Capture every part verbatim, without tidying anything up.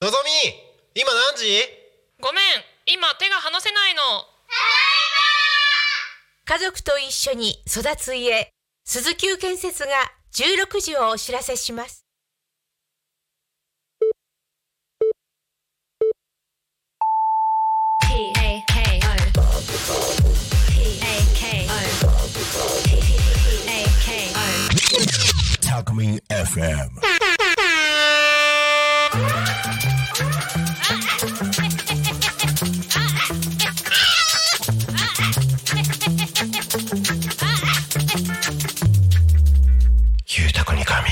のぞみ、今何時？ ごめん、今手が離せないの。 家族と一緒に育つ家、鈴木建設がじゅうろくじをお知らせします。 タコミン エフエム。ゆうたこに神。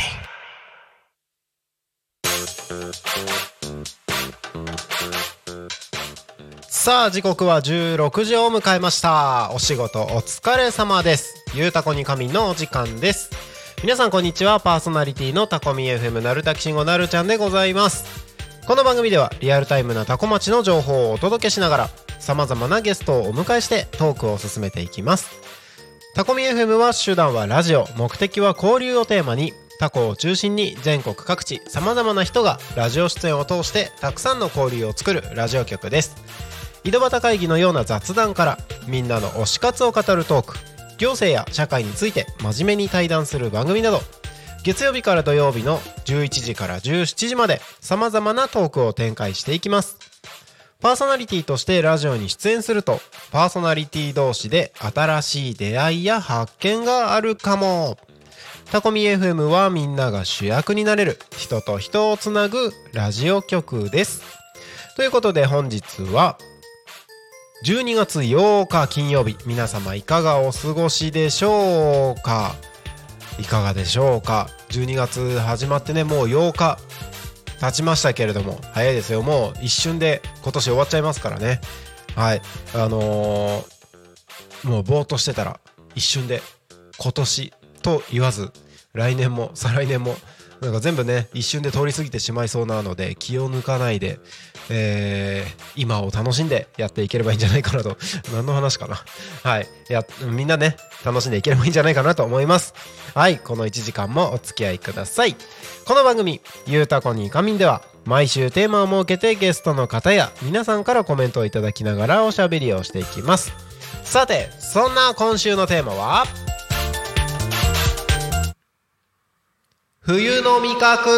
さあ時刻はじゅうろくじを迎えました。お仕事お疲れ様です。ゆうたこに神のお時間です。皆さんこんにちは。パーソナリティのタコミ エフエム なるたきしんごなるちゃんでございます。この番組ではリアルタイムなタコ町の情報をお届けしながら様々なゲストをお迎えしてトークを進めていきます。タコミ エフエム は手段はラジオ、目的は交流をテーマにタコを中心に全国各地様々な人がラジオ出演を通してたくさんの交流を作るラジオ局です。井戸端会議のような雑談からみんなの推し活を語るトーク、行政や社会について真面目に対談する番組など、月曜日から土曜日のじゅういちじからじゅうしちじまで様々なトークを展開していきます。パーソナリティとしてラジオに出演すると、パーソナリティ同士で新しい出会いや発見があるかも。タコミ エフエム はみんなが主役になれる人と人をつなぐラジオ局です。ということで本日はじゅうにがつようか金曜日、皆様いかがお過ごしでしょうか。いかがでしょうか。じゅうにがつ始まってね、もうようか経ちましたけれども、早いですよ。もう一瞬で今年終わっちゃいますからね。はい、あのー、もうぼーっとしてたら一瞬で今年と言わず来年も再来年もなんか全部ね一瞬で通り過ぎてしまいそうなので、気を抜かないで、えー、今を楽しんでやっていければいいんじゃないかなと何の話かな。はいや、みんなね楽しんでいければいいんじゃないかなと思います。はい、このいちじかんもお付き合いください。この番組ゆうたこに仮眠では毎週テーマを設けてゲストの方や皆さんからコメントをいただきながらおしゃべりをしていきます。さて、そんな今週のテーマは冬の味覚。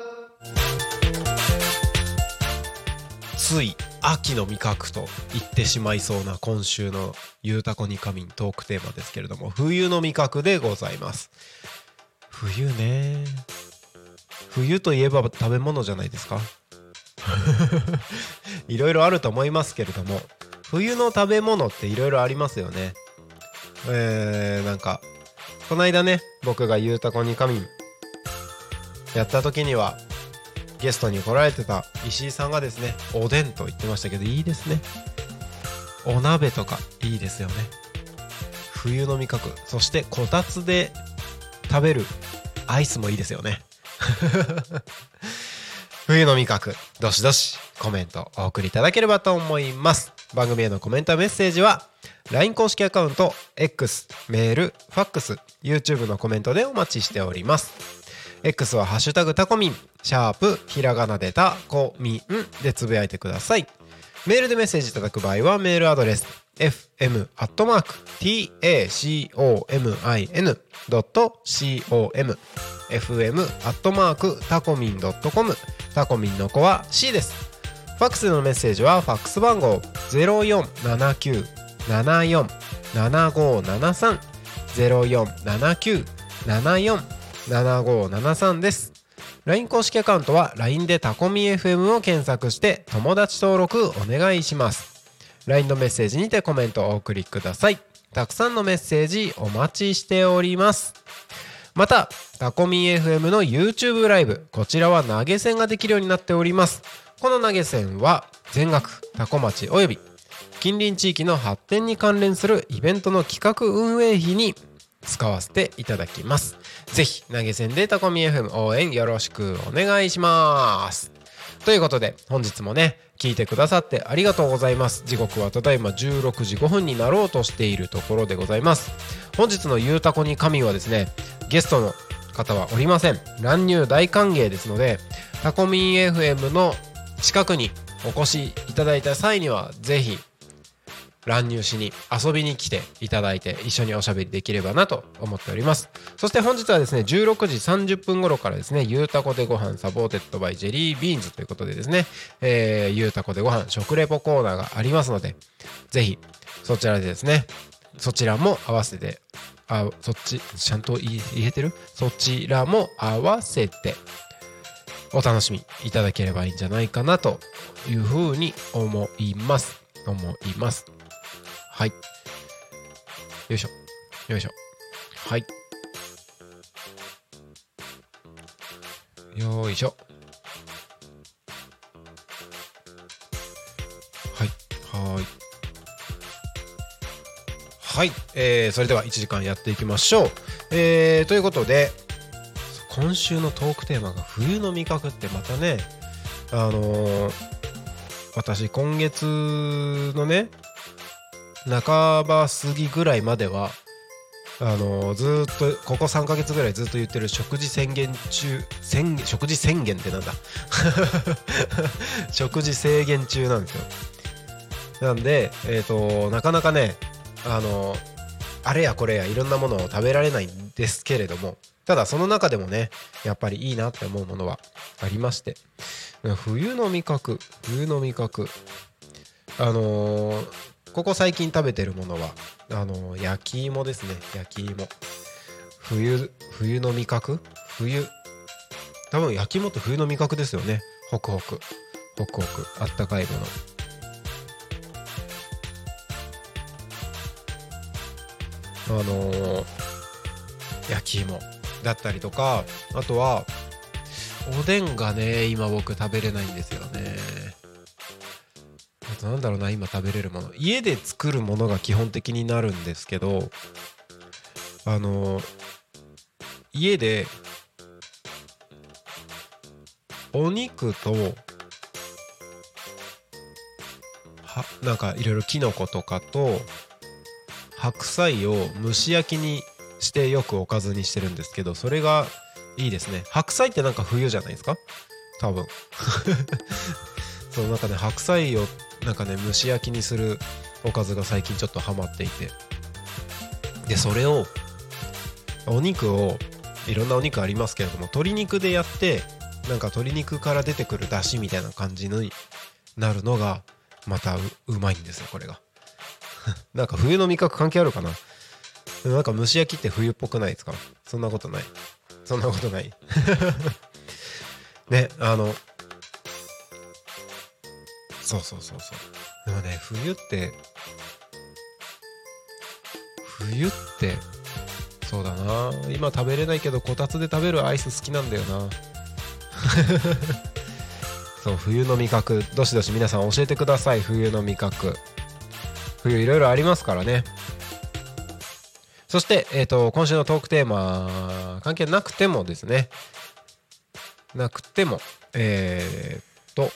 つい秋の味覚と言ってしまいそうな今週のゆうたこに仮眠トークテーマですけれども、冬の味覚でございます。冬ね、冬といえば食べ物じゃないですかいろいろあると思いますけれども、冬の食べ物っていろいろありますよね。えー、なんかこの間ね、僕がゆうたこに仮眠やった時にはゲストに来られてた石井さんがですね、おでんと言ってましたけど、いいですね。お鍋とかいいですよね。冬の味覚、そしてこたつで食べるアイスもいいですよね冬の味覚、どしどしコメントお送りいただければと思います。番組へのコメントメッセージは ライン 公式アカウント X、 メール、ファックス、 YouTube のコメントでお待ちしております。X はハッシュタグタコミン、シャープひらがなでタコミンでつぶやいてください。メールでメッセージいただく場合はメールアドレス エフエム アットマーク タコミン エフエム アットマーク タコミン ドットコム、 タコミンの子は C です。ファックスのメッセージはファックス番号 ゼロよんななきゅう ななよん ななごななさん ゼロよんななきゅう ななよん ななごななさんです。 ライン 公式アカウントは ライン でタコミ エフエム を検索して友達登録お願いします。 ライン のメッセージにてコメントをお送りください。たくさんのメッセージお待ちしております。またタコミ エフエム の YouTube ライブ、こちらは投げ銭ができるようになっております。この投げ銭は全額タコ町および近隣地域の発展に関連するイベントの企画運営費に使わせていただきます。ぜひ投げ銭でタコミ エフエム 応援よろしくお願いします。ということで本日もね聞いてくださってありがとうございます。時刻はただいまじゅうろくじごふんになろうとしているところでございます。本日のゆうたこに神はですね、ゲストの方はおりません。乱入大歓迎ですのでタコミ エフエム の近くにお越しいただいた際にはぜひ乱入しに遊びに来ていただいて一緒におしゃべりできればなと思っております。そして本日はですねじゅうろくじさんじゅっぷん頃からですねゆうたこでご飯サポーテッドバイジェリービーンズということでですね、えー、ゆうたこでご飯食レポコーナーがありますのでぜひそちらでですねそちらも合わせてあそっちちゃんと言えてるそちらも合わせてお楽しみいただければいいんじゃないかなというふうに思います思いますはいよいしょよいしょはいよいしょはいはいはい、えー、それではいちじかんやっていきましょう、えー、ということで今週のトークテーマが冬の味覚ってまたねあのー、私今月のね半ば過ぎぐらいまではあのー、ずっとここさんかげつぐらいずっと言ってる食事宣言中宣食事宣言ってなんだ食事制限中なんですよ。なんでえっとなかなかねあのー、あれやこれやいろんなものを食べられないんですけれどもただその中でもねやっぱりいいなって思うものはありまして冬の味覚冬の味覚あのー、ここ最近食べてるものはあのー、焼き芋ですね焼き芋冬冬の味覚冬多分焼き芋って冬の味覚ですよねホクホクホクホクあったかいものあのー、焼き芋だったりとかあとはおでんがね今僕食べれないんですよね。あとなんだろうな今食べれるもの家で作るものが基本的になるんですけどあの家でお肉とはなんかいろいろキノコとかと白菜を蒸し焼きにしてよくおかずにしてるんですけどそれがいいですね。白菜ってなんか冬じゃないですか多分その中で白菜をなんかね蒸し焼きにするおかずが最近ちょっとハマっていてでそれをお肉をいろんなお肉ありますけれども鶏肉でやってなんか鶏肉から出てくる出汁みたいな感じになるのがまた う, うまいんですよこれがなんか冬の味覚関係あるかな。なんか蒸し焼きって冬っぽくないですか。そんなことないそんなことないねあのそうそうそうそうでもね冬って冬ってそうだな今食べれないけどこたつで食べるアイス好きなんだよなそう冬の味覚どしどし皆さん教えてください。冬の味覚冬いろいろありますからね。そして、えーと、今週のトークテーマ関係なくてもですねなくてもえーと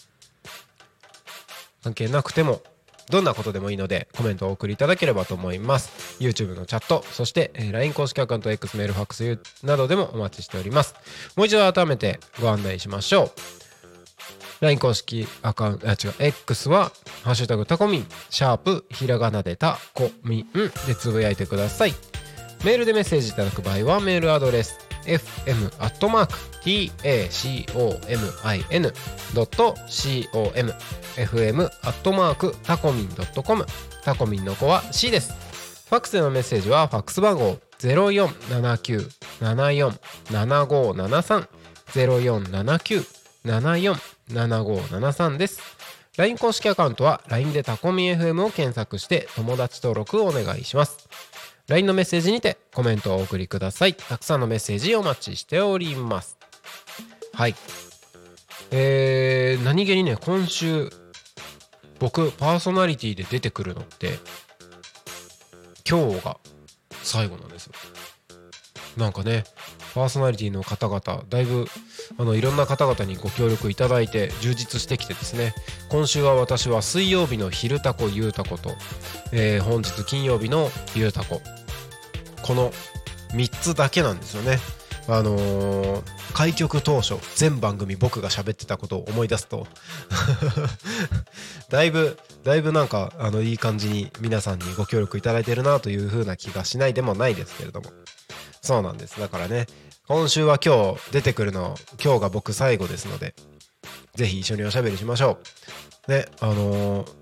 関係なくてもどんなことでもいいのでコメントをお送りいただければと思います。 YouTube のチャットそして、えー、ライン 公式アカウント X メールファックスなどでもお待ちしております。もう一度改めてご案内しましょう。ライン 公式アカウントあ違う X はハッシュタグタコミンシャープひらがなでタコミンでつぶやいてください。メールでメッセージいただく場合はメールアドレス エフエム アットマーク タコミン ドット コム エフエム アットマーク タコミン ドット コム タコミンの子は C です。ファックスでのメッセージはファックス番号 ゼロよんななきゅう ななよん ななごななさん ゼロよんななきゅう ななよん ななごななさんです。 ライン 公式アカウントは ライン でタコミン エフエム を検索して友達登録をお願いします。 ライン のメッセージにてコメントをお送りください。たくさんのメッセージお待ちしております。はいえー、何気にね今週僕パーソナリティで出てくるのって今日が最後なんですよ。なんかねパーソナリティの方々だいぶあのいろんな方々にご協力いただいて充実してきてですね今週は私は水曜日の昼タコゆうたこと、えー、本日金曜日のゆうたここのみっつだけなんですよね。 あのー、開局当初全番組僕が喋ってたことを思い出すとだいぶだいぶなんかあのいい感じに皆さんにご協力いただいてるなという風な気がしないでもないですけれども、そうなんです。だからね、今週は今日出てくるの今日が僕最後ですので、ぜひ一緒におしゃべりしましょうね。あのー、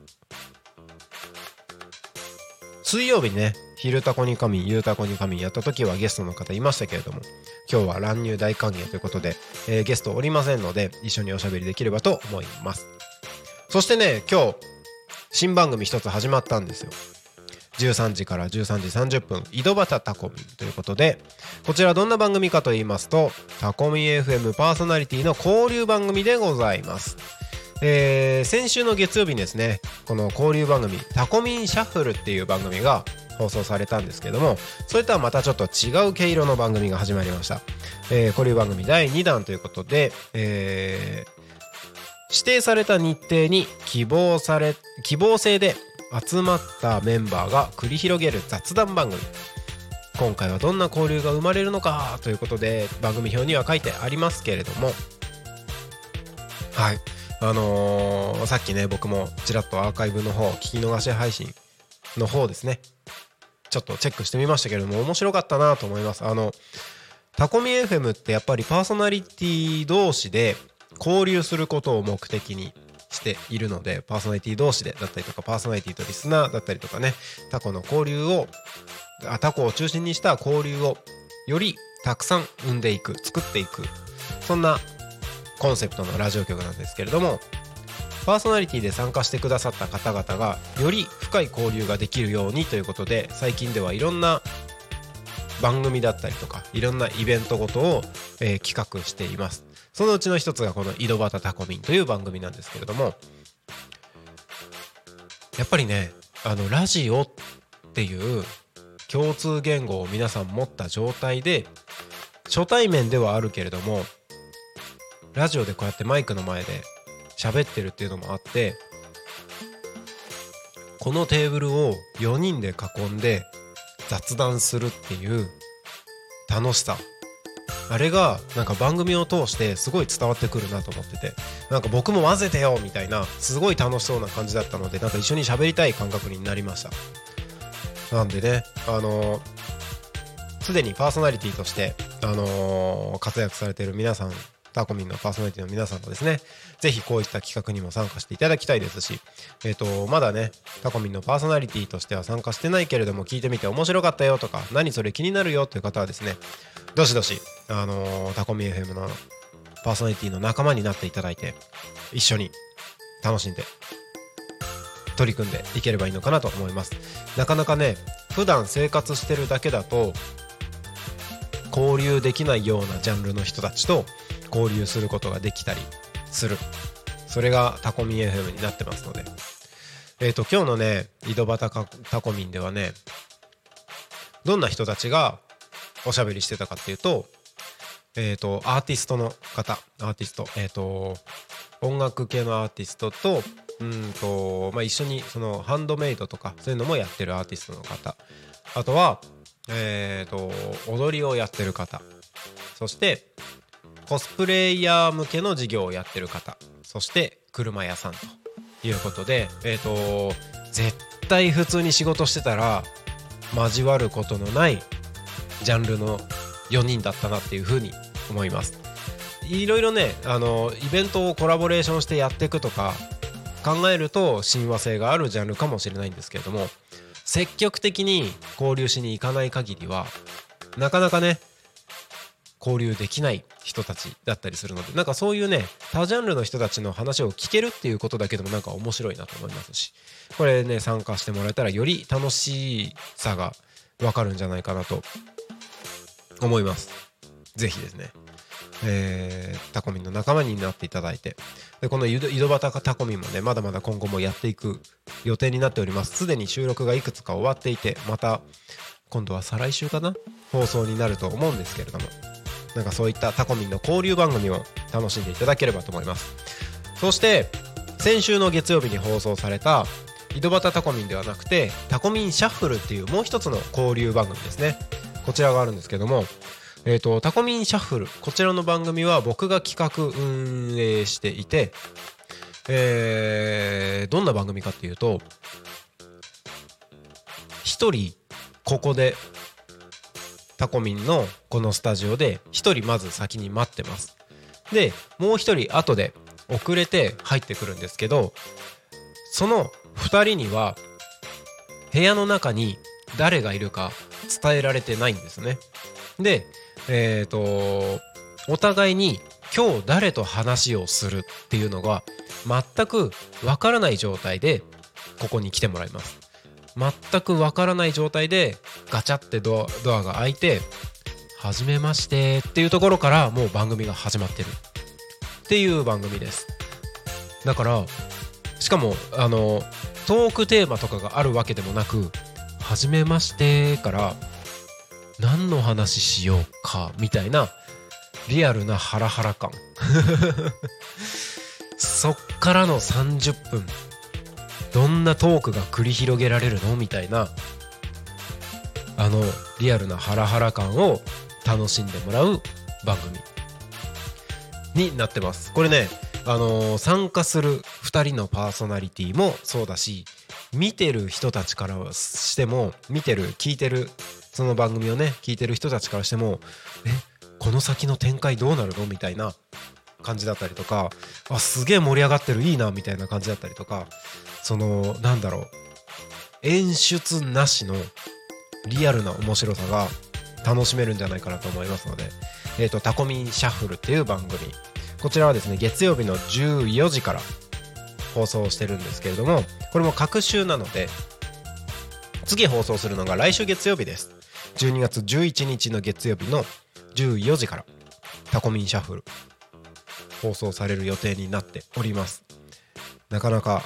水曜日にね、昼タコに仮眠、夕タコに仮眠やった時はゲストの方いましたけれども、今日は乱入大歓迎ということで、えー、ゲストおりませんので一緒におしゃべりできればと思います。そしてね、今日新番組一つ始まったんですよ。じゅうさんじからじゅうさんじさんじゅっぷん、井戸端タコミンということで、こちらどんな番組かと言いますと、タコミン エフエム パーソナリティの交流番組でございます。えー、先週の月曜日にですね、この交流番組タコミンシャッフルっていう番組が放送されたんですけども、それとはまたちょっと違う毛色の番組が始まりました。えー、交流番組だいにだんということで、えー、指定された日程に希望され希望制で集まったメンバーが繰り広げる雑談番組。今回はどんな交流が生まれるのかということで、番組表には書いてありますけれども、はい、あのー、さっきね、僕もちらっとアーカイブの方、聞き逃し配信の方ですね、ちょっとチェックしてみましたけれども、面白かったなと思います。あのタコミ エフエム ってやっぱりパーソナリティ同士で交流することを目的にしているので、パーソナリティ同士でだったりとか、パーソナリティとリスナーだったりとかね、タコの交流をあタコを中心にした交流をよりたくさん生んでいく、作っていく、そんなコンセプトのラジオ局なんですけれども、パーソナリティで参加してくださった方々がより深い交流ができるようにということで、最近ではいろんな番組だったりとかいろんなイベントごとを、えー、企画しています。そのうちの一つがこの井戸端タコミンという番組なんですけれども、やっぱりね、あのラジオっていう共通言語を皆さん持った状態で、初対面ではあるけれどもラジオでこうやってマイクの前で喋ってるっていうのもあって、このテーブルをよにんで囲んで雑談するっていう楽しさ、あれがなんか番組を通してすごい伝わってくるなと思ってて、なんか僕も混ぜてよみたいな、すごい楽しそうな感じだったので、なんか一緒に喋りたい感覚になりました。なんでね、あのすでにパーソナリティとして、あのー、活躍されている皆さん、タコミンのパーソナリティの皆さんもですね、ぜひこういった企画にも参加していただきたいですし、えーとまだね、タコミンのパーソナリティとしては参加してないけれども聞いてみて面白かったよとか、何それ気になるよという方はですね、どしどし、あのー、タコミン エフエム のパーソナリティの仲間になっていただいて、一緒に楽しんで取り組んでいければいいのかなと思います。なかなかね、普段生活してるだけだと交流できないようなジャンルの人たちと交流することができたりする、それがタコミン エフエム になってますので、えーと今日のね、井戸端タコミンではね、どんな人たちがおしゃべりしてたかっていうと、えーとアーティストの方、アーティスト、えーと音楽系のアーティストと、うんとまあ、一緒にそのハンドメイドとかそういうのもやってるアーティストの方、あとはえーと踊りをやってる方、そしてコスプレイヤー向けの事業をやってる方、そして車屋さんということで、えーと絶対普通に仕事してたら交わることのないジャンルのよにんだったなっていうふうに思います。いろいろね、あのイベントをコラボレーションしてやっていくとか考えると親和性があるジャンルかもしれないんですけれども、積極的に交流しに行かない限りはなかなかね交流できない人たちだったりするので、なんかそういうね多ジャンルの人たちの話を聞けるっていうことだけでもなんか面白いなと思いますし、これね参加してもらえたらより楽しさが分かるんじゃないかなと思います。ぜひですね、えー、タコミンの仲間になっていただいて、でこの井戸端タコミンもねまだまだ今後もやっていく予定になっております。すでに収録がいくつか終わっていて、また今度は再来週かな放送になると思うんですけれども、なんかそういったタコミンの交流番組を楽しんでいただければと思います。そして先週の月曜日に放送された井戸端タコミンではなくてタコミンシャッフルっていうもう一つの交流番組ですね、こちらがあるんですけども、 えーとタコミンシャッフル、こちらの番組は僕が企画運営していて、えー、どんな番組かっていうと、一人ここでタコミンのこのスタジオで一人まず先に待ってます。でもう一人後で遅れて入ってくるんですけど、その二人には部屋の中に誰がいるか伝えられてないんですね。でえーとお互いに今日誰と話をするっていうのが全くわからない状態でここに来てもらいます。全くわからない状態でガチャってドア、ドアが開いて、はじめましてっていうところからもう番組が始まってるっていう番組です。だからしかもあのトークテーマとかがあるわけでもなく、はじめましてから何の話しようかみたいなリアルなハラハラ感そっからのさんじゅっぷんどんなトークが繰り広げられるのみたいな、あのリアルなハラハラ感を楽しんでもらう番組になってます。これね、あのー、参加するふたりのパーソナリティもそうだし、見てる人たちからしても、見てる聞いてるその番組をね聞いてる人たちからしても、えこの先の展開どうなるのみたいな感じだったりとか、あすげえ盛り上がってるいいなみたいな感じだったりとか、そのなんだろう、演出なしのリアルな面白さが楽しめるんじゃないかなと思いますので、えーとタコミンシャッフルっていう番組、こちらはですね月曜日のじゅうよじから放送してるんですけれども、これも隔週なので次放送するのが来週月曜日です。じゅうにがつじゅういちにちの月曜日のじゅうよじからタコミンシャッフル放送される予定になっております。なかなか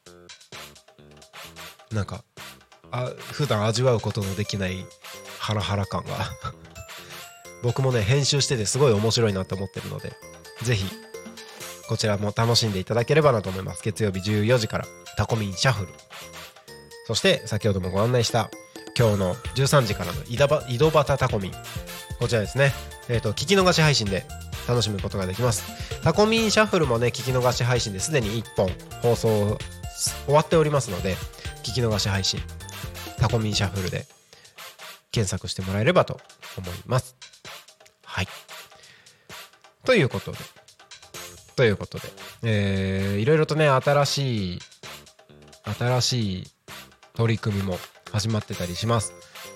なんかあ普段味わうことのできないハラハラ感が僕もね編集しててすごい面白いなと思ってるので、ぜひこちらも楽しんでいただければなと思います。月曜日じゅうよじからタコミンシャッフル、そして先ほどもご案内した今日のじゅうさんじからの井戸ば井戸端タコミン、こちらですね、えーと聞き逃し配信で楽しむことができます。タコミンシャッフルもね聞き逃し配信ですでにいっぽん放送終わっておりますので、聞き逃し配信タコミンシャッフルで検索してもらえればと思います。はい、ということでということで、えー、いろいろとね新しい新しい取り組みも始まってたりします。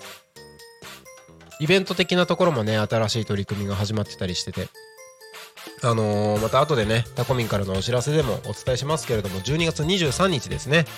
イベント的なところもね新しい取り組みが始まってたりしてて、あのー、また後でねタコミンからのお知らせでもお伝えしますけれども、じゅうにがつにじゅうさんにちですね、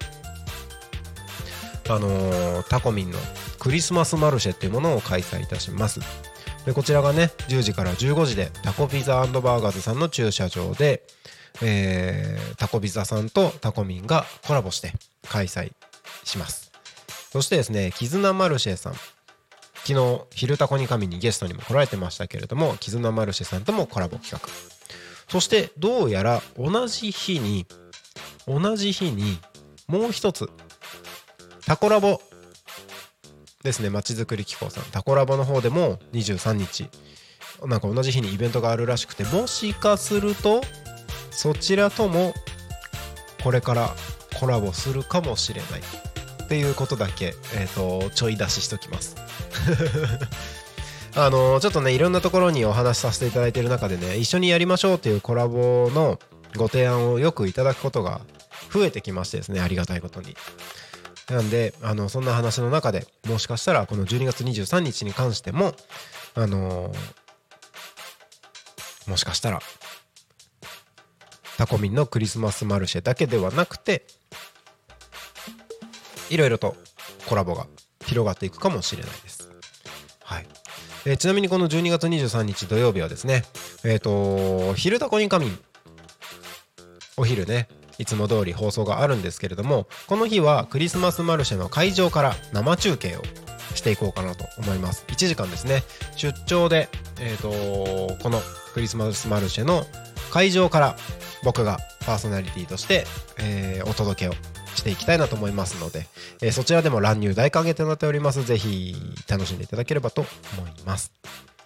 あのー、タコミンのクリスマスマルシェっていうものを開催いたします。でこちらがねじゅうじからじゅうごじでタコピザ&バーガーズさんの駐車場で、えー、タコピザさんとタコミンがコラボして開催します。そしてですね、絆マルシェさん、昨日昼タコに神にゲストにも来られてましたけれども、絆マルシェさんともコラボ企画、そしてどうやら同じ日に同じ日にもう一つタコラボですね、まちづくり機構さんタコラボの方でもにじゅうさんにちなんか同じ日にイベントがあるらしくて、もしかするとそちらともこれからコラボするかもしれないっていうことだけ、えーとちょい出ししときますあのー、ちょっとねいろんなところにお話しさせていただいている中でね、一緒にやりましょうっていうコラボのご提案をよくいただくことが増えてきましてですね、ありがたいことに。なんであのそんな話の中でもしかしたらこのじゅうにがつにじゅうさんにちに関してもあのー、もしかしたらタコミンのクリスマスマルシェだけではなくていろいろとコラボが広がっていくかもしれないです。はい、えー、ちなみにこのじゅうにがつにじゅうさんにち土曜日はですね、えっと昼タコに神お昼ねいつも通り放送があるんですけれども、この日はクリスマスマルシェの会場から生中継をしていこうかなと思います。いちじかんですね、出張で、えー、とこのクリスマスマルシェの会場から僕がパーソナリティとして、えー、お届けをしていきたいなと思いますので、えー、そちらでも乱入大歓迎となっております。ぜひ楽しんでいただければと思います。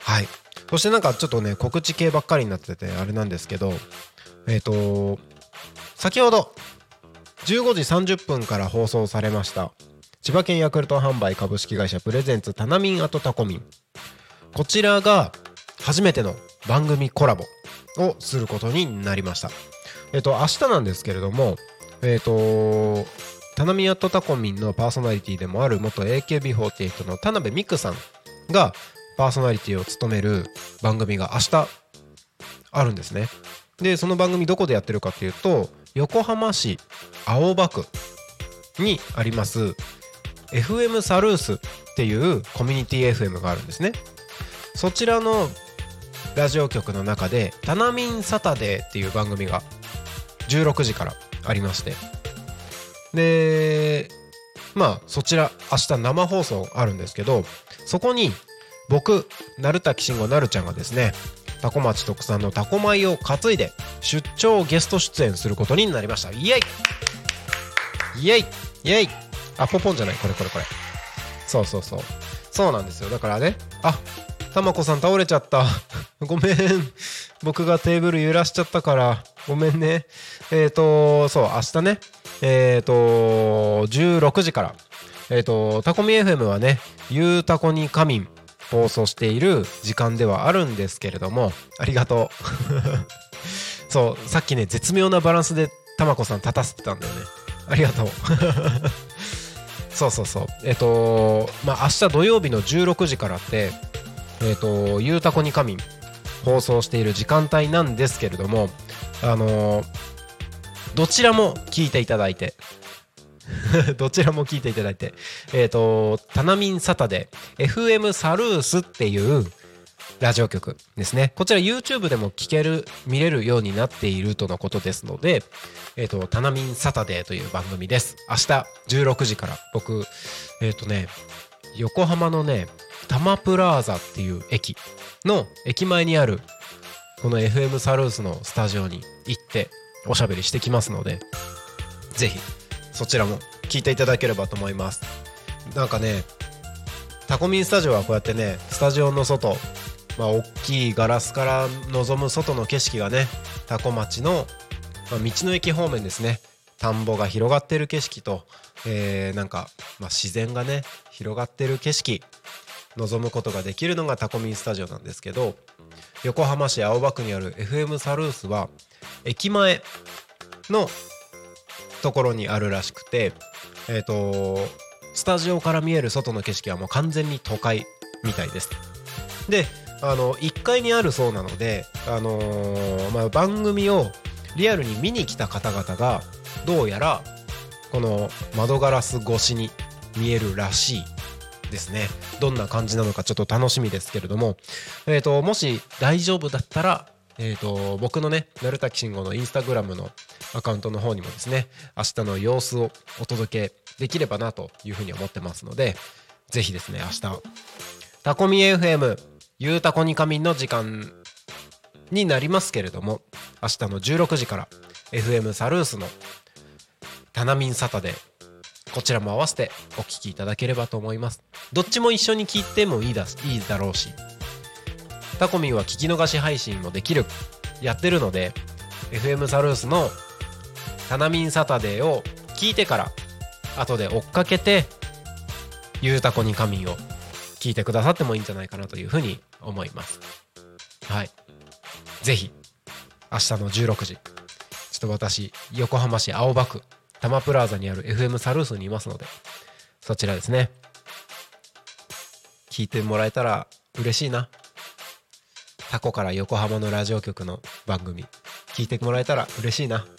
はい。そしてなんかちょっとね告知系ばっかりになっててあれなんですけど、えっと先ほどじゅうごじさんじゅっぷんから放送されました千葉県ヤクルト販売株式会社プレゼンツタナミンアトタコミン、こちらが初めての番組コラボをすることになりました。えっと明日なんですけれども、えっとタナミンアトタコミンのパーソナリティでもある元 エーケービーフォーティエイト の田辺美久さんがパーソナリティを務める番組が明日あるんですね。でその番組どこでやってるかっていうと、横浜市青葉区にあります エフエム サルースっていうコミュニティ エフエム があるんですね。そちらのラジオ局の中でタナミンサタデーっていう番組がじゅうろくじからありまして、でまあそちら明日生放送あるんですけど、そこに僕鳴滝慎吾なるちゃんがですね、タコ町特産のタコ米を担いで出張ゲスト出演することになりました。イエイイエイイエイ。あ、ポンポンじゃない、これこれこれ。そうそうそうそうなんですよ。だからね、あ、たまこさん倒れちゃったごめん、僕がテーブル揺らしちゃったからごめんね。えーとそう明日ね、えーとじゅうろくじからえーとタコミ エフエム はね、ゆうたこに仮眠放送している時間ではあるんですけれども、ありがとうそうさっきね絶妙なバランスでたまこさん立たせてたんだよね。ありがとうそうそうそうえっ、ー、とまあ明日土曜日のじゅうろくじからってえっ、ー、とゆうたこに仮眠放送している時間帯なんですけれども、あのー、どちらも聞いていただいてどちらも聞いていただいて、えっ、ー、とタナミンサタデー エフエム サルースっていうラジオ局ですね。こちら YouTube でも聞ける見れるようになっているとのことですので、えっ、ー、とタナミンサタデーという番組です。明日じゅうろくじから僕えっ、ー、とね横浜のね多摩プラザっていう駅の駅前にあるこの エフエム サルースのスタジオに行っておしゃべりしてきますので、ぜひそちらも聞いていただければと思います。なんかねタコミンスタジオはこうやってねスタジオの外、まあ大きいガラスから望む外の景色がね、タコ町の、まあ、道の駅方面ですね、田んぼが広がってる景色と、えー、なんか、まあ、自然がね広がってる景色望むことができるのがタコミンスタジオなんですけど、横浜市青葉区にある エフエム サルースは駅前のところにあるらしくて、えーとスタジオから見える外の景色はもう完全に都会みたいです。であのいっかいにあるそうなので、あのーまあ、番組をリアルに見に来た方々がどうやらこの窓ガラス越しに見えるらしいですね。どんな感じなのかちょっと楽しみですけれども、えーともし大丈夫だったら、えーと僕のね鳴滝慎吾のインスタグラムのアカウントの方にもですね、明日の様子をお届けできればなというふうに思ってますので、ぜひですね明日タコミ エフエム ゆうたこに仮眠の時間になりますけれども、明日のじゅうろくじから エフエム サルースのタナミンサタデー、こちらも合わせてお聞きいただければと思います。どっちも一緒に聞いてもいいだいいだろうし、タコミンは聞き逃し配信もできるやってるので、 エフエム サルースのタナミンサタデーを聞いてから後で追っかけてゆうたこに仮眠を聞いてくださってもいいんじゃないかなというふうに思います。はい、ぜひ明日のじゅうろくじ、ちょっと私横浜市青葉区多摩プラザにある エフエム サルースにいますので、そちらですね聞いてもらえたら嬉しいな。タコから横浜のラジオ局の番組聞いてもらえたら嬉しいな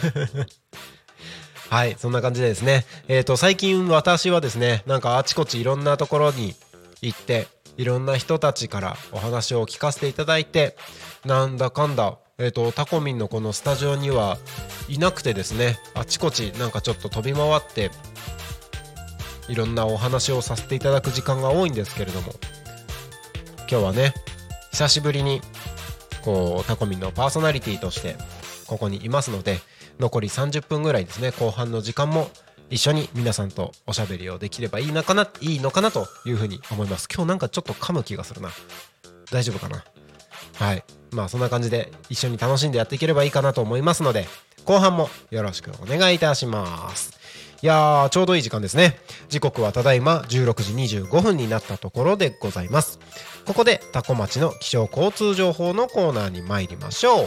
はい、そんな感じでですね、えーと最近私はですね、なんかあちこちいろんなところに行っていろんな人たちからお話を聞かせていただいて、なんだかんだえーとタコミンのこのスタジオにはいなくてですね、あちこちなんかちょっと飛び回っていろんなお話をさせていただく時間が多いんですけれども、今日はね久しぶりにこうタコミンのパーソナリティとしてここにいますので、残りさんじゅっぷんぐらいですね、後半の時間も一緒に皆さんとおしゃべりをできればいいのかないいのかなというふうに思います。今日なんかちょっと噛む気がするな。 大丈夫かな。はい、まあそんな感じで一緒に楽しんでやっていければいいかなと思いますので、後半もよろしくお願いいたします。いやー、ちょうどいい時間ですね。時刻はただいまじゅうろくじにじゅうごふんになったところでございます。ここで多古町の気象交通情報のコーナーに参りましょう。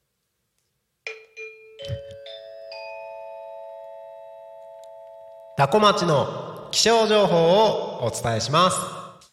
多古町の気象情報をお伝えします。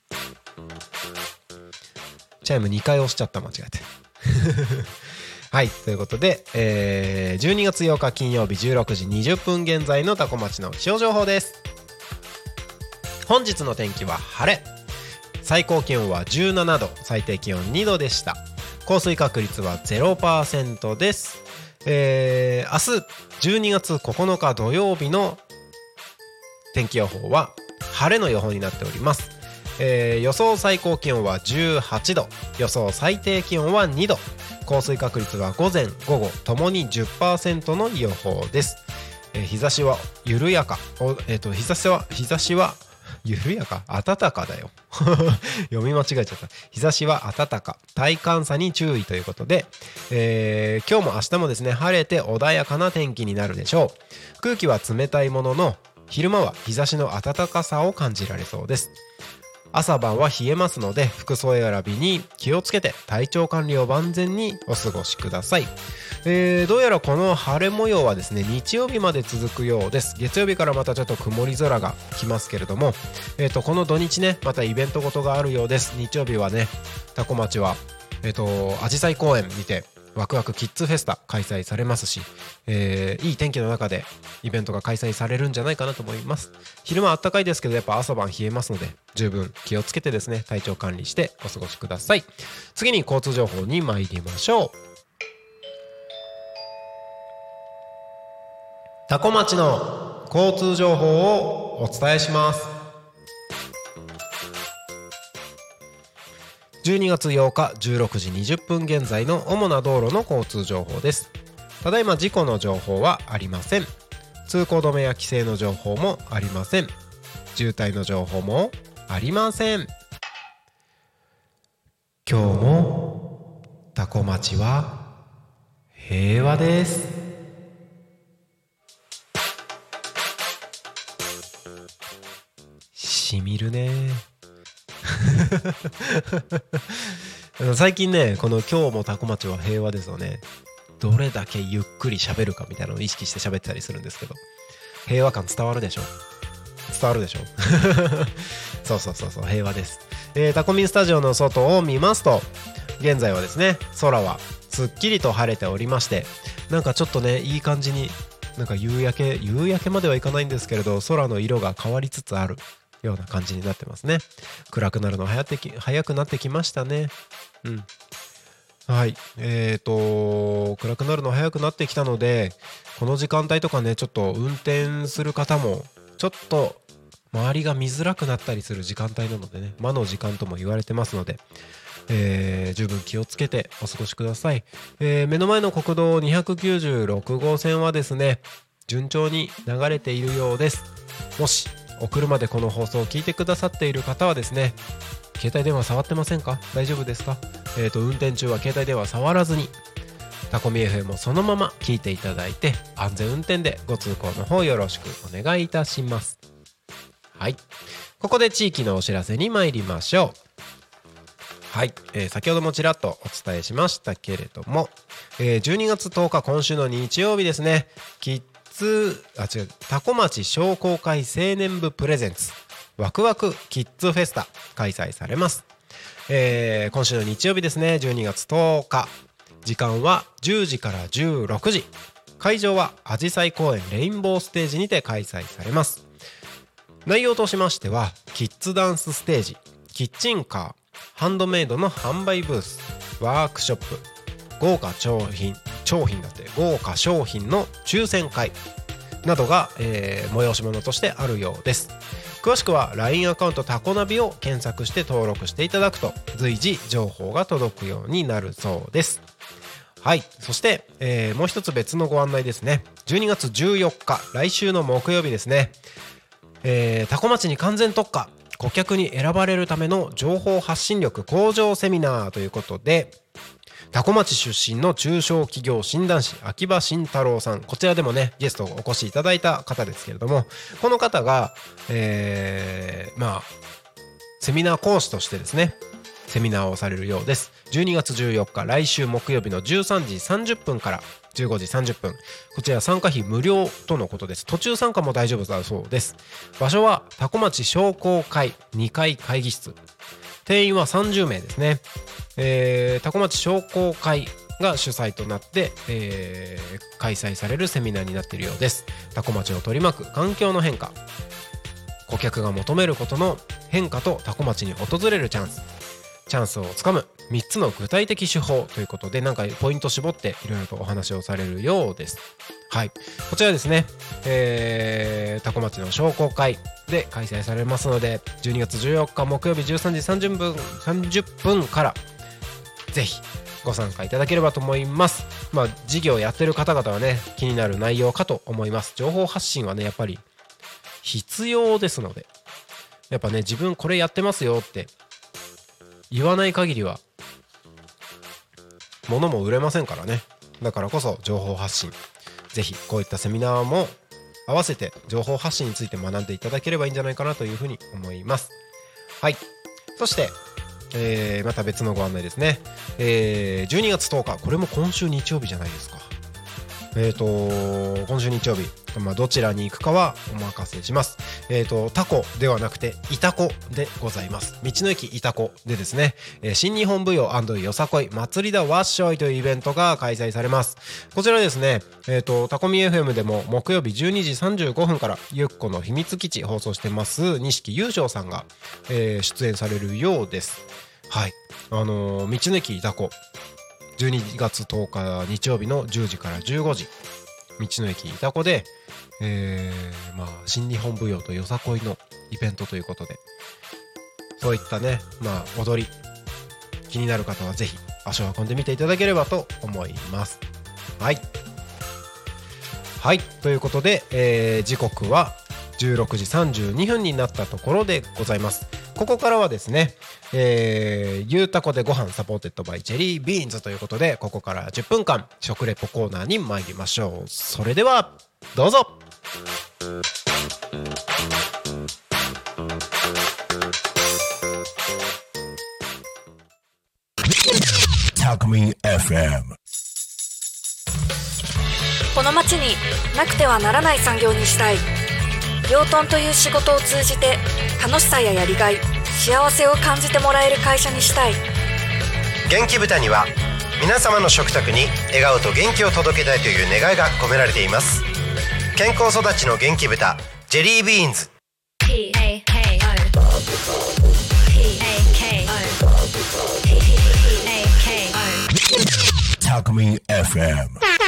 チャイムにかい押しちゃった、間違えてはい、ということで、えー、じゅうにがつようか金曜日じゅうろくじにじゅっぷん現在の多古町の気象情報です。本日の天気は晴れ、最高気温はじゅうななど、最低気温にどでした。降水確率は ゼロパーセント です。えー、明日じゅうにがつここのか土曜日の天気予報は晴れの予報になっております。えー、予想最高気温はじゅうはちど、予想最低気温はにど、降水確率は午前午後ともに じゅっパーセント の予報です。えー、日差しは緩やか、えー、と日差しは日差しは緩やか暖かだよ読み間違えちゃった。日差しは暖か、体感差に注意ということで、えー、今日も明日もですね、晴れて穏やかな天気になるでしょう。空気は冷たいものの昼間は日差しの暖かさを感じられそうです。朝晩は冷えますので、服装選びに気をつけて体調管理を万全にお過ごしください。えー、どうやらこの晴れ模様はですね、日曜日まで続くようです。月曜日からまたちょっと曇り空が来ますけれども、えーとこの土日ね、またイベントごとがあるようです。日曜日はね、多古町はえーとあじさい公園にてワクワクキッズフェスタ開催されますし、えー、いい天気の中でイベントが開催されるんじゃないかなと思います。昼間は暖かいですけど、やっぱ朝晩冷えますので、十分気をつけてですね、体調管理してお過ごしください。次に交通情報に参りましょう。多古町の交通情報をお伝えします。じゅうにがつようかじゅうろくじにじゅっぷん現在の主な道路の交通情報です。ただいま事故の情報はありません。通行止めや規制の情報もありません。渋滞の情報もありません。今日も多古町は平和です。しみるね最近ね、この今日も多古町は平和ですよね、どれだけゆっくり喋るかみたいなのを意識して喋ってたりするんですけど、平和感伝わるでしょ伝わるでしょそうそうそうそう、平和です。えー、タコミンスタジオの外を見ますと、現在はですね、空はすっきりと晴れておりまして、なんかちょっとね、いい感じに、なんか夕焼け夕焼けまではいかないんですけれど、空の色が変わりつつあるような感じになってますね。暗くなるの早ってき早くなってきましたね。うん。はい。えーと暗くなるの早くなってきたので、この時間帯とかね、ちょっと運転する方もちょっと周りが見づらくなったりする時間帯なのでね、魔の時間とも言われてますので、えー、十分気をつけてお過ごしください。えー、目の前の国道にひゃくきゅうじゅうろくごうせんはですね、順調に流れているようです。もしお車でこの放送を聞いてくださっている方はですね、携帯電話触ってませんか？大丈夫ですか？えーと運転中は携帯電話触らずに、タコミ エフエム をそのまま聞いていただいて、安全運転でご通行の方よろしくお願いいたします。はい、ここで地域のお知らせに参りましょう。はい、えー、先ほどもちらっとお伝えしましたけれども、えー、じゅうにがつとおか、今週の日曜日ですね、キッズあ違う多古町商工会青年部プレゼンツワクワクキッズフェスタ開催されます。えー、今週の日曜日ですね、じゅうにがつとおか、時間はじゅうじからじゅうろくじ、会場はあじさい公園レインボーステージにて開催されます。内容としましては、キッズダンスステージ、キッチンカー、ハンドメイドの販売ブース、ワークショップ、豪華商品商品だって豪華商品の抽選会などが、えー、催し物としてあるようです。詳しくは ライン アカウントタコナビを検索して登録していただくと、随時情報が届くようになるそうです。はい、そして、えー、もう一つ別のご案内ですね。じゅうにがつじゅうよっか、来週の木曜日ですね、えー、タコ町に完全特化、 顧客に選ばれるための情報発信力向上セミナーということで、多古町出身の中小企業診断士秋葉慎太郎さん、こちらでもねゲストをお越しいただいた方ですけれども、この方が、えー、まあセミナー講師としてですねセミナーをされるようです。じゅうにがつじゅうよっか、来週木曜日のじゅうさんじさんじゅっぷんからじゅうごじさんじゅっぷん、こちら参加費無料とのことです。途中参加も大丈夫だそうです。場所は多古町商工会にかい会議室、定員はさんじゅうめいですね。えー、多古町商工会が主催となって、えー、開催されるセミナーになっているようです。多古町を取り巻く環境の変化、顧客が求めることの変化と多古町に訪れるチャンス、チャンスをつかむみっつの具体的手法ということで、なんかポイント絞っていろいろとお話をされるようです。はい、こちらですね、えー、多古町の商工会で開催されますので、じゅうにがつじゅうよっか木曜日じゅうさんじさんじゅっぷんさんじゅっぷんからぜひご参加いただければと思います。まあ事業をやってる方々はね気になる内容かと思います。情報発信はねやっぱり必要ですので、やっぱね自分これやってますよって言わない限りは物も売れませんからね。だからこそ情報発信、ぜひこういったセミナーも合わせて情報発信について学んでいただければいいんじゃないかなというふうに思います。はい、そして、えー、また別のご案内ですね。えー、じゅうにがつとおか、これも今週日曜日じゃないですか。えーと今週日曜日、まあ、どちらに行くかはお任せします。えーとタコではなくてイタコでございます。道の駅イタコでですね、えー、新日本舞踊&よさこい祭りだわっしょいというイベントが開催されます。こちらですね、えーとタコミ エフエム でも木曜日じゅうにじさんじゅうごふんからゆっこの秘密基地放送してます錦優勝さんが、えー、出演されるようです。はい、あのー、道の駅イタコじゅうにがつとおか日曜日のじゅうじからじゅうごじ、道の駅イタコで、えーまあ、新日本舞踊とよさこいのイベントということで、そういったね、まあ、踊り気になる方はぜひ足を運んでみていただければと思います。はいはい、ということで、えー、時刻はじゅうろくじさんじゅうにふんになったところでございます。ここからはですね、えー、ゆうたこでご飯サポーテッドバイジェリービーンズということで、ここからじゅっぷんかん食レポコーナーに参りましょう。それではどうぞ。 タコミ エフエム。 この町になくてはならない産業にしたい。養豚という仕事を通じて楽しさややりがい、幸せを感じてもらえる会社にしたい。 元気豚には皆様の食卓に笑顔と元気を届けたいという願いが込められています。健康育ちの元気豚ジェリービーンズ。 タコミ エフエム。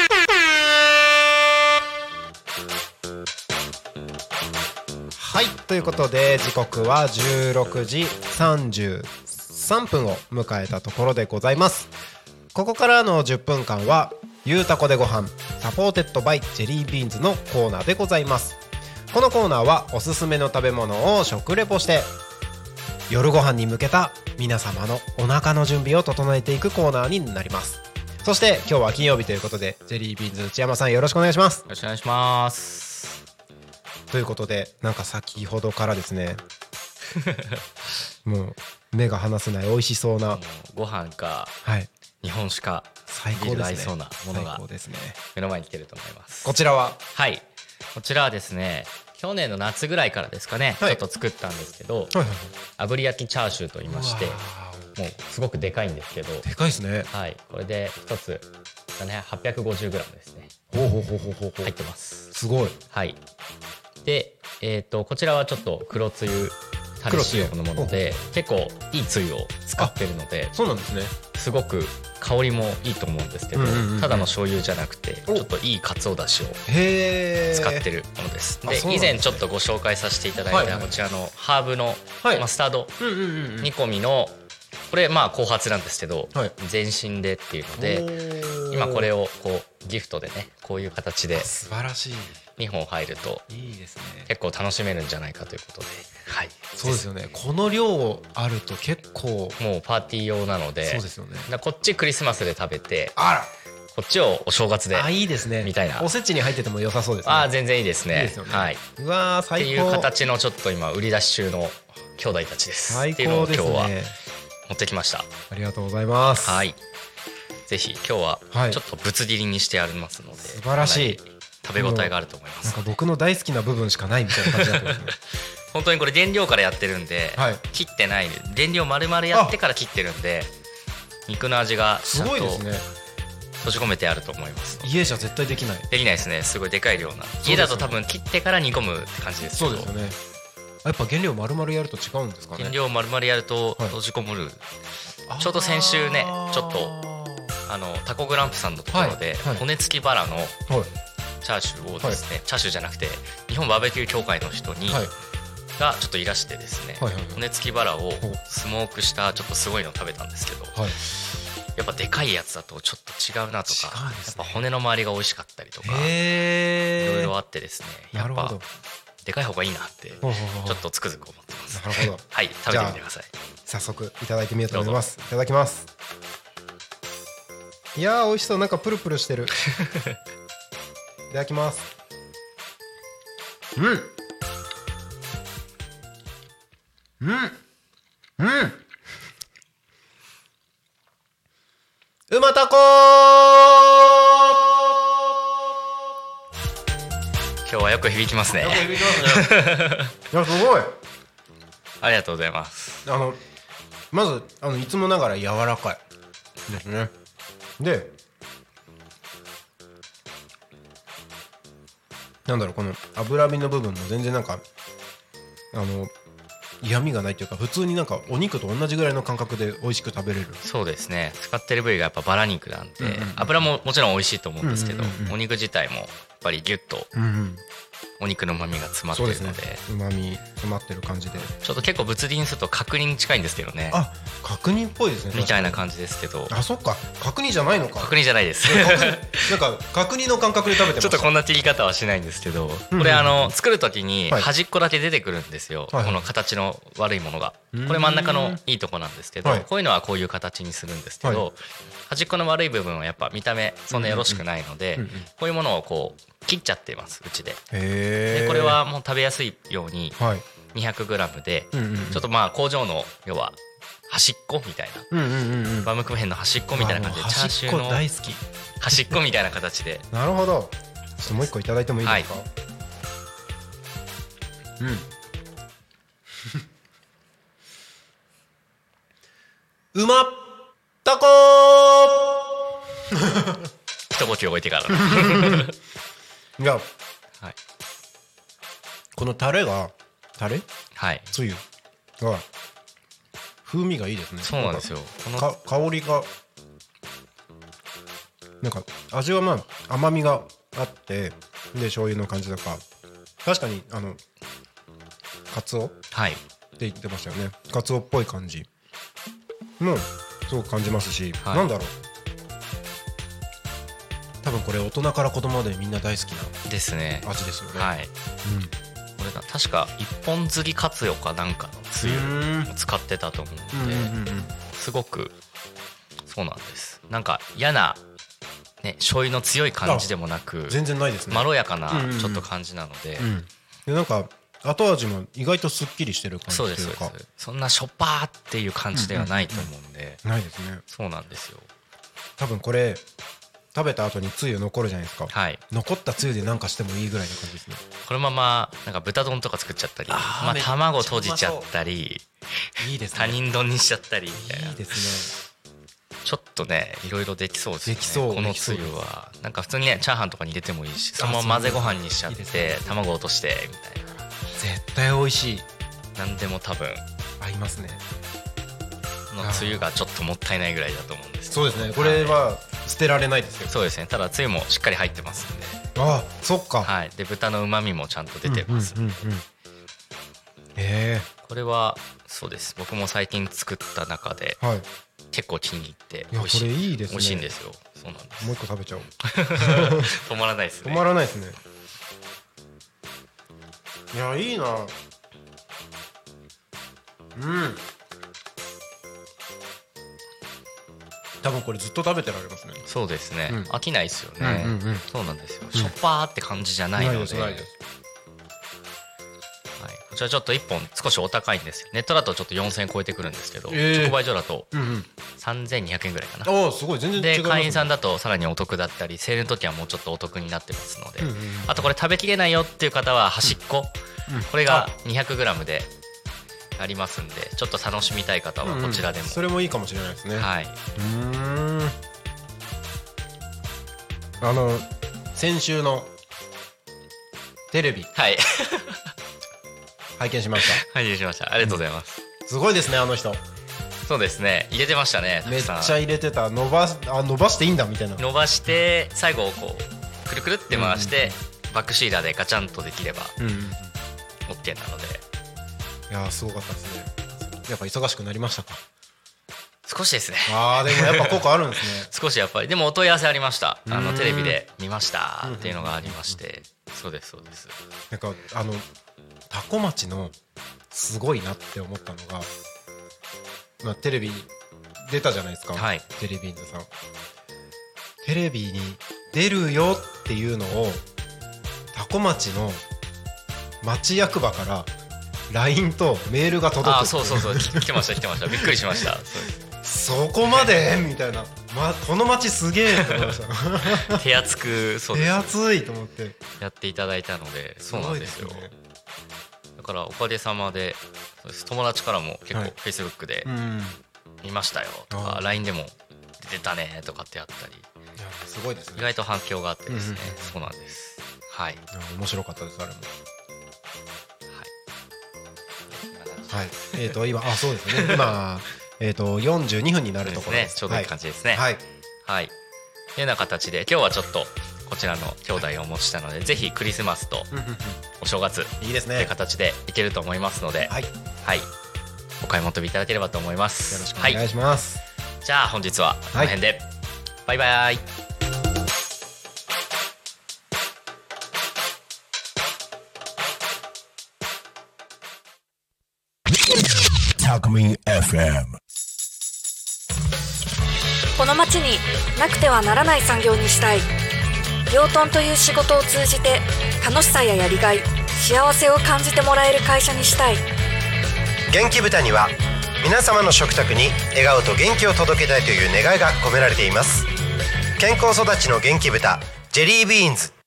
はい、ということで時刻はじゅうろくじさんじゅうさんぷんを迎えたところでございます。ここからのじゅっぷんかんはゆうたこでご飯サポーテッドバイジェリービーンズのコーナーでございます。このコーナーはおすすめの食べ物を食レポして夜ご飯に向けた皆様のお腹の準備を整えていくコーナーになります。そして今日は金曜日ということでジェリービーンズ内山さんよろしくお願いします。 よろしくお願いします。 ということで、なんか先ほどからですねもう目が離せない美味しそうなご飯か、 はい、 日本酒か最高ですね、 ビールが合いそうなものが目の前に来てると思います。 こちらははい、こちらはですね去年の夏ぐらいからですかね、はい、ちょっと作ったんですけど、はいはいはい、炙り焼きチャーシューと言いまして、もうすごくでかいんですけど、 でかいですね。 はい、これで一つはっぴゃくごじゅうグラムですね。 ほうほうほうほうほう入ってます。 すごい。 はい。で、えーと、こちらはちょっと黒つゆタレ仕様のもので、結構いいつゆを使ってるので、 そうなんですね。 すごく香りもいいと思うんですけど、うんうんうん、ただの醤油じゃなくてちょっといいかつおだしを使ってるものです。で、で、ね、以前ちょっとご紹介させていただいた、はいはい、こちらのハーブのマスタード煮込みのこれまあ後発なんですけど、はい、全身でっていうので、 今これをこうギフトでねこういう形で素晴らしいにほん入るといいですね。 結構楽しめるんじゃないかということで、はい、 そうですよね。この量あると結構もうパーティー用なので、 そうですよね。 だこっちクリスマスで食べて、 あらこっちをお正月であいいですねみたいな。 おせちに入ってても良さそうですね。 あ全然いいですね。 いいですよね。 はい、 うわー最高っていう形のちょっと今売り出し中の兄弟たちです。 最っていうのを高です今日はね。 持ってきました。 ありがとうございます。 はい。ぜひ今日ははいちょっとぶつ切りにしてありますので、 素晴らしい。 かなり食べ応えがあると思います。 なんか僕の大好きな部分しかないみたいな感じだったんですね。 本当にこれ原料からやってるんで、 はい切ってない原料丸々やってから切ってるんで肉の味がちすゃんとごいですね。 閉じ込めてあると思います。 家じゃ絶対できない。 できないですね。すごいでかい量な。家だと多分切ってから煮込むって感じですけど。 そうですよね。やっぱ原料丸々やると違うんですかね。 原料丸々やるとはい閉じ込むる。ちょうど先週ねちょっとあのタコグランプさんのところではいはい骨付きバラのはいチャーシューをですね、チャーシューじゃなくて日本バーベキュー協会の人にはいがちょっといらしてですね、 はいはいはい骨付きバラをスモークしたちょっとすごいのを食べたんですけど、 はい。 やっぱでかいやつだとちょっと違うなとか、 違うんですねやっぱ骨の周りが美味しかったりとかいへーろいろあってですね、やっぱなるほど。 でかい方がいいなってほうほうほうちょっとつくづく思ってます。 なるほど。 はい、食べてみてください。 早速いただいてみようと思います。いただきます。いやー美味しそう。なんかプルプルしてる。いただきます。うんうんうんうまたこ今日はよく響きますね。 ー響きますね。いやすごい。 ありがとうございます。 あのまずあのいつもながら柔らかいですね。でなんだろうこの脂身の部分も全然なんかあの嫌味がないというか普通になんかお肉と同じぐらいの感覚で美味しく食べれる。 そうですね。使ってる部位がやっぱバラ肉なんで、 うんうんうん油ももちろん美味しいと思うんですけど、 うんうんうんうんお肉自体もやっぱりギュッとうんうんお肉の旨味が詰まってそうですねるので、 うまみ詰まってる感じでちょっと結構物理にすると角煮に近いんですけどね、 あ角煮っぽいですねみたいな確感じですけど、 かにあそっか角煮じゃないのか角煮じゃないです。 角煮なんか角煮の感覚で食べてました。 ちょっとこんな切り方はしないんですけど、 うんこれあの作る時にはい端っこだけ出てくるんですよ、 はいこの形の悪いものが。 うんこれ真ん中のいいとこなんですけど、 はいこういうのはこういう形にするんですけど、 はい端っこの悪い部分はやっぱ見た目そんなよろしくないので、 うんうんこういうものをこう切っちゃってますうちで。 へーでこれはもう食べやすいようにはいにひゃくグラム でうんうんうんちょっとまあ工場の要は端っこみたいな、 うんうんうんうんバームクーヘンの端っこみたいな感じでチャーシューの端っこ大好き。 端っこみたいな形でなるほど。ちょっともう一個いただいてもいいですか。 はうん。うまったこ一呼吸置いてからー。いやはい、 このタレがタレはい、 つゆが風味がいいですね。 そうなんですよ。このか香りがなんか味はまあ甘みがあってで醤油の感じとか確かにあのカツオってはい言ってましたよね。カツオっぽい感じもすごく感じますし、 はいなんだろう多分これ大人から子供までみんな大好きなですね。 味ですよね。 はい。これが確か一本釣りカツオかなんかのつゆを使ってたと思うので、 うんうんうんうんすごくそうなんです。なんか嫌なね醤油の強い感じでもなく、 全然ないですね。 まろやかなうんうんうんちょっと感じなので、 うんでなんか後味も意外とすっきりしてる感じとそういうかですそうです。そんなしょっぱーっていう感じではないと思うんで、 ないですね。 そうなんですよ。 多分これ食べた後につゆ残るじゃないですか。 はい。 残ったつゆでなんかしてもいいぐらいの感じですね。 このままなんか豚丼とか作っちゃったり、 あーまあめっちゃ卵閉じちゃったり、 いいですね。 他人丼にしちゃったりみたいな。 いいですちょっとねいろいろできそうですね。 できそうこのつゆはなんか普通にねチャーハンとかに入れてもいいし、そのまま混ぜご飯にしちゃっいいですてね卵落としてみたいな。 ね。絶対美味しい。 なんでも多分合いますね。 このつゆがちょっともったいないぐらいだと思うんですけど。 そうですね。これは捨てられないですよ。 そうですね。ただつゆもしっかり入ってますんで。 ああ、そっか。 はい。で豚の旨味もちゃんと出てます。 うんうんうんうんえこれはそうです。僕も最近作った中でえはい。 結構気に入って美味しい。いやこれいいですね。 美味しいんですよ。そうなんです。 もう一個食べちゃおう。 止まらないですね。 止まらないですね。いやいいな。うん。多分これずっと食べてられますね。 そうですね、うん、飽きないですよね、 うんうんうん、 そうなんですよ、うん、しょっぱーって感じじゃないので、ないですないです、はい、こちらちょっといっぽん少しお高いんですよ。ネットだとちょっとよんせんえん超えてくるんですけど、えー、直売所だとさんぜんにひゃくえんぐらいかな。 おーすごい全然違いますね。 で会員さんだとさらにお得だったり、セールの時はもうちょっとお得になってますので、うんうんうん、あとこれ食べきれないよっていう方は端っこ、うんうん、これが にひゃくグラム でありますんで、ちょっと楽しみたい方はこちらでも、うんうん、 それもいいかもしれないですね。 はい。 うーん、あの先週のテレビ、 はい拝見しました。 拝見しました。ありがとうございます、 うん、すごいですねあの人。 そうですね、入れてましたね。 めっちゃ入れてた。伸ばすあ伸ばしていいんだみたいな。 伸ばして最後こうくるくるって回して、うん、バックシーラーでガチャンとできれば OK なので、 いやーすごかったですね。やっぱ忙しくなりましたか？ 少しですね。 あーでもやっぱ効果あるんですね。 少しやっぱり。でもお問い合わせありました。あのテレビで見ましたっていうのがありまして、そうですそうです。 なんかあのタコ町のすごいなって思ったのが、まあ、テレビ出たじゃないですか、はい、テレビーンズさんテレビに出るよっていうのをタコ町の町役場からライン とメールが届く。あ、 そうそうそう来てました来てました。びっくりしました。 そこまでみたいな、ま、この町すげえと思いました手厚く、そうです、 手厚いと思ってやっていただいたので、そうなんですよ。すごいですね。だからおかげさまで友達からも結構 Facebook で見ましたよとか、はい、ライン でも出てたねとかってあったり、いやすごいですね。 意外と反響があってですね、うんうん、そうなんです。はい、 面白かったですあれも。はい、えーと今あそうですね今えーとよんじゅうにふんになるところです。 ちょうどいい感じですね。 はいはい。というような形で今日はちょっとこちらの兄弟をお持ちしたので、ぜひクリスマスとお正月いいですねという形でいけると思いますので、はい、はい、お買い求めいただければと思います。 よろしくお願いします、 はい、じゃあ本日はこの辺で、はい、バイバイ。 タコミ エフエム。 この町になくてはならない産業にしたい。養豚という仕事を通じて楽しさややりがい、幸せを感じてもらえる会社にしたい。 元気豚には皆様の食卓に笑顔と元気を届けたいという願いが込められています。健康育ちの元気豚ジェリービーンズ。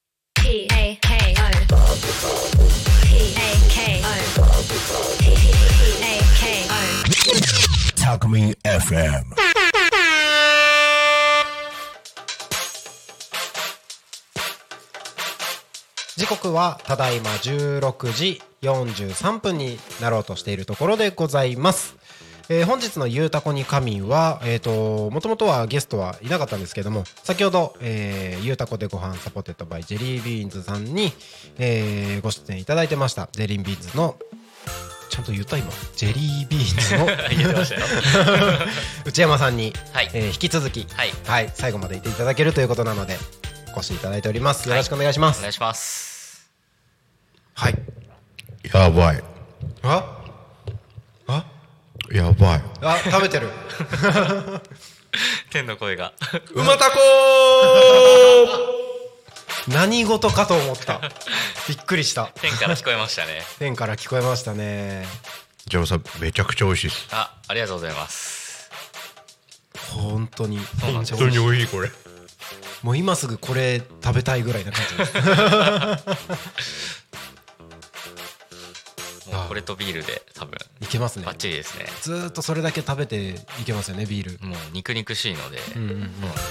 タコミ エフエム。 時刻はただいまじゅうろくじよんじゅうさんぷんになろうとしているところでございます。えー、本日のゆうたこに仮眠は、えーと、もともとはゲストはいなかったんですけども、先ほど、えー、ゆうたこでご飯サポテットバイジェリービーンズさんに、えー、ご出演いただいてましたジェリービーンズの、ちゃんと言った今ジェリービーンズの言ってましたよ内山さんに、 はい、 えー、引き続き、 はいはい、最後までいていただけるということなのでお越しいただいております。よろしくお願いします。 はい、お願いします。 はい。 やばい。 ああやばい。 あ、食べてる天の声がうまたこー何事かと思ったびっくりした。 天から聞こえましたね天から聞こえましたね。 ジャムさんめちゃくちゃ美味しいです。 あ、ありがとうございます。 本当に本当に美味しい。これもう今すぐこれ食べたいぐらいな感じですもうこれとビールで多分いけますね。 バッチリですね。 ずーっとそれだけ食べていけますよねビール。 もう肉肉しいので、うんうんうん、いや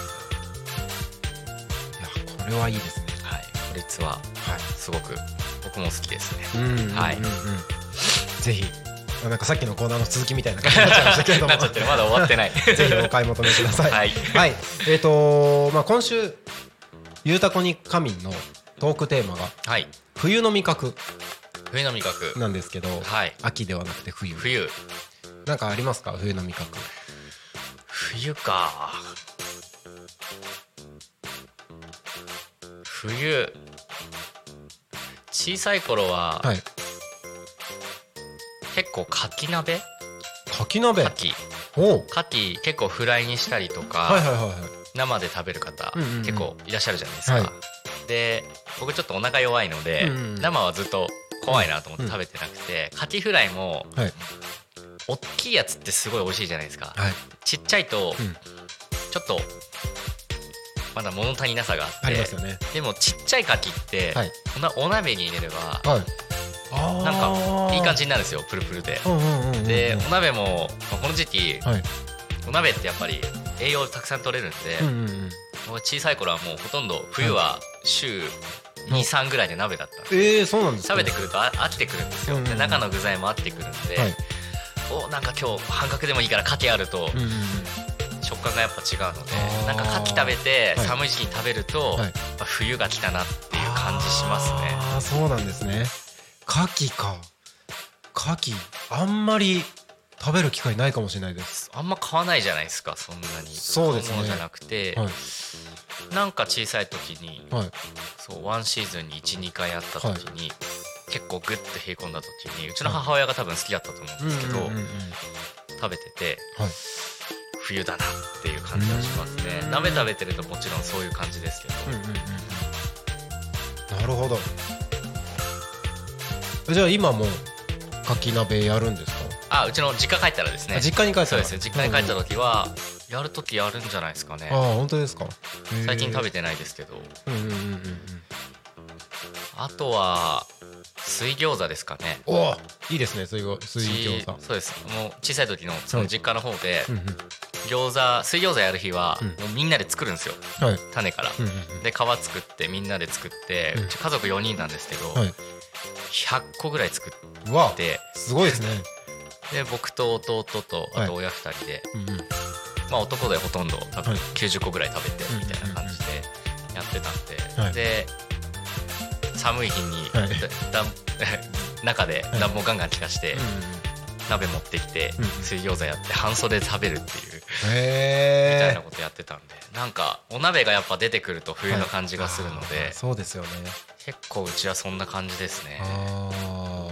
これはいいですね。 はい、これ実はすごく僕も好きですね。 うんうんうんうん、 はい、 ぜひなんかさっきのコーナーの続きみたいな感じになっちゃいましたけれどもなっちゃってる、まだ終わってないぜひお買い求めください。 はい、 はい、えーとまあ、今週ゆうたこに仮眠のトークテーマが、はい、冬の味覚冬の味覚なんですけど、はい、秋ではなくて冬。 冬なんかありますか冬の味覚。 冬か。冬小さい頃は、はい、結構かき鍋かき鍋かきかき結構フライにしたりとか、はいはいはいはい、生で食べる方、うんうんうん、結構いらっしゃるじゃないですか、はい、で僕ちょっとお腹弱いので、うんうん、生はずっと怖いなと思って食べてなくて、うん、かきフライも、はい、大きいやつってすごい美味しいじゃないですか、はい、ちっちゃいと、うん、ちょっとまだ物足りなさがあって、ありますよね。でもちっちゃい牡蠣って、はい、お鍋に入れれば、はい、なんかいい感じになるんですよ、プルプルで、うんうんうんうん、でお鍋もこの時期、はい、お鍋ってやっぱり栄養たくさん取れるんで、うんうんうん、小さい頃はもうほとんど冬は週に、さんぐらいで鍋だったんで、 えー、そうなんですか。 食べてくると飽きてくるんですよ、うんうん、で中の具材も飽きてくるんで、はい、おなんか今日半額でもいいから牡蠣あると、うんうん、食感がやっぱ違うので、なんか牡蠣食べて寒い時期に食べると、はい、冬が来たなっていう感じしますね。 ああそうなんですね。牡蠣か。牡蠣あんまり食べる機会ないかもしれないです。 あんま買わないじゃないですか、そんなに。 そうですね。 ものじゃなくて、はい、なんか小さい時に、はい、そうワンシーズンにいち、にかいあった時に、はい、結構グッと冷え込んだ時にうちの母親が多分好きだったと思うんですけど、はい、食べてて、はい、冬だなっていう感じがしますね。鍋食べてるともちろんそういう感じですけど、うんうんうん、 なるほど。じゃあ今も牡蠣鍋やるんですか？ あ、うちの実家帰ったらですね。 実家に帰ったら。 そうです。実家に帰った時は、うん、やる時やるんじゃないですかね。 あ、本当ですか。 最近食べてないですけど、うんうんうんうん、あとは水餃子ですかね。 お、いいですね、水餃水餃子。 そうです。もう小さい時のその実家の方で、うんうん、餃子水餃子やる日は、うん、もうみんなで作るんですよ、はい、種から、うんうんうん、で皮作ってみんなで作って、うん、うち家族よにんなんですけど、はい、ひゃっこぐらい作って、 すごいですね。 で僕と弟とあと親ふたりで、はい、うんうん、まあ男でほとんど多分きゅうじゅっこぐらい食べてみたいな感じでやってたんで、はい、で寒い日に、はい、だ中で暖房ガンガン効かして、はい、鍋持ってきて、うん、水餃子やって半袖で食べるっていう、へみたいなことやってたんで、なんかお鍋がやっぱ出てくると冬の感じがするので、はい、 そうですよね。 結構うちはそんな感じですね。 あ、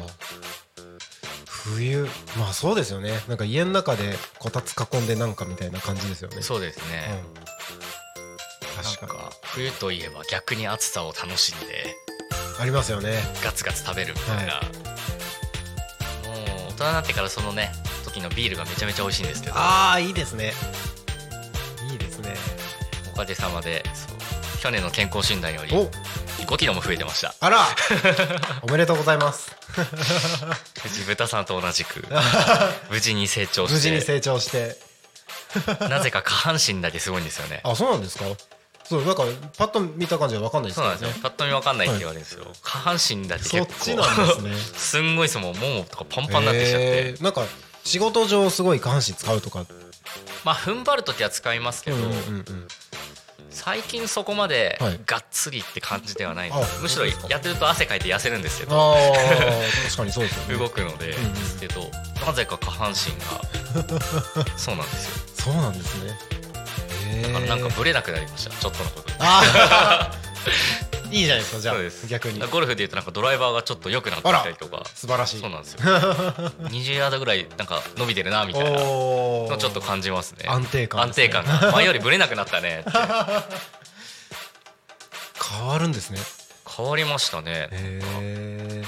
冬、まあそうですよね。なんか家の中でこたつ囲んでなんかみたいな感じですよね。 そうですね、 うん、確かに。 なんか冬といえば逆に暑さを楽しんでありますよね。 ガツガツ食べるみたいな、はい、もう大人になってからそのね時のビールがめちゃめちゃ美味しいんですけど。 ああ、いいですね、いいですね。 おかげさまでそう去年の健康診断よりごキロも増えてました。 あらおめでとうございます藤豚さんと同じく無事に成長して無事に成長してなぜか下半身だけすごいんですよね。 あ、そうなんですか。そう、なんかパッと見た感じは分かんないですけどね。 そうなんですよ、パッと見分かんないって言われるんですよ、はい、下半身だけ結構そっちなんですねすんごいそのももとかパンパンになってきちゃって、えー、 なんか仕事上すごい下半身使うとか。 まあ踏ん張るときは使いますけど、うんうんうん、最近そこまでがっつりって感じではない、はい、むしろやってると汗かいて痩せるんですけど、あ確かにそうですよね動くのでですけど、うんうん、なぜか下半身がそうなんですよ。 そうなんですね。 だからなんかブレなくなりました、ちょっとのことで。 あいいじゃないですか。じゃあ逆にゴルフでいうとなんかドライバーがちょっと良くなってきたりとか。 素晴らしい。 そうなんですよにじゅうヤードぐらいなんか伸びてるなみたいなのちょっと感じますね。 安定感ですね。 安定感が前よりブレなくなったねって変わるんですね。 変わりましたね。 へえ。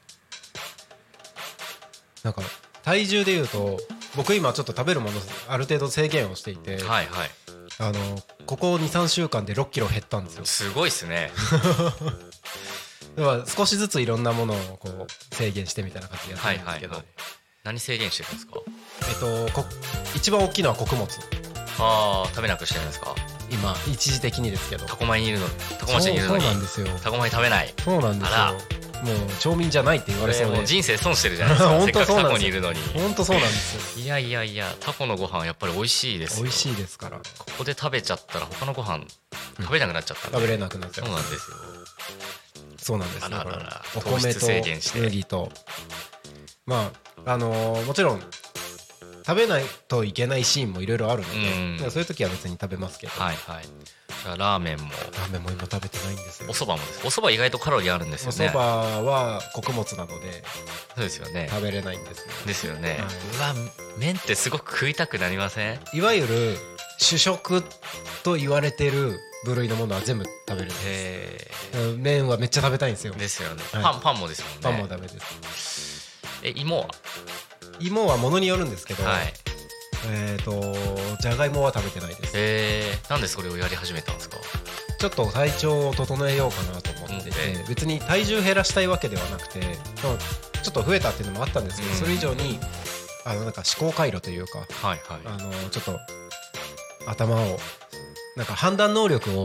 なんか体重でいうと僕今ちょっと食べるものある程度制限をしていて、はいはい、あのここ にさんしゅうかんでろっキロ減ったんですよ。 すごいっすねだから少しずついろんなものをこう制限してみたいな感じでやってるんですけど、はいはいはい、 何制限してるんですか？ えっとこ一番大きいのは穀物。 ああ、食べなくしてるんですか今一時的にですけど。 タコ米にいるの、タコ町にいるのに。 そうなんですよ、タコ米食べない。 そうなんですよ。もう町民じゃないって言われそうで、 もう人生損してるじゃないですか本当そうなんですよ。 せっかくタコにいるのに。 本当そうなんですよ。 いやいやいや、タコのご飯やっぱり美味しいですよ。 美味しいですから。ここで食べちゃったら他のご飯食べなくなっちゃったんで、 うん、食べれなくなっちゃう。 そうなんですよ。 そうなんですよ。 あららら、 お米と麦と、まああのー、もちろん食べないといけないシーンもいろいろあるので、 うん、 だからそういう時は別に食べますけど。 はいはい。じゃあラーメンもラーメンも今食べてないんですよ。 お蕎麦もです。お蕎麦意外とカロリーあるんですよね。 お蕎麦は穀物なのでそうですよね、 食べれないんですよ。 ですよね、 はい、 うわ麺ってすごく食いたくなりません？ いわゆる主食と言われてる部類のものは全部食べれるんです。麺はめっちゃ食べたいんですよ。 ですよね、 はい、 パンパンもですもんね。 パンもダメです。 え芋は？ 芋はものによるんですけど、 はい、 えーとじゃがいもは食べてないです。 えー、なんでそれをやり始めたんですか？ ちょっと体調を整えようかなと思ってて、うん、別に体重減らしたいわけではなくて、ちょっと増えたっていうのもあったんですけど、うん、それ以上にあのなんか思考回路というか、 はいはい、 あのちょっと頭をなんか判断能力を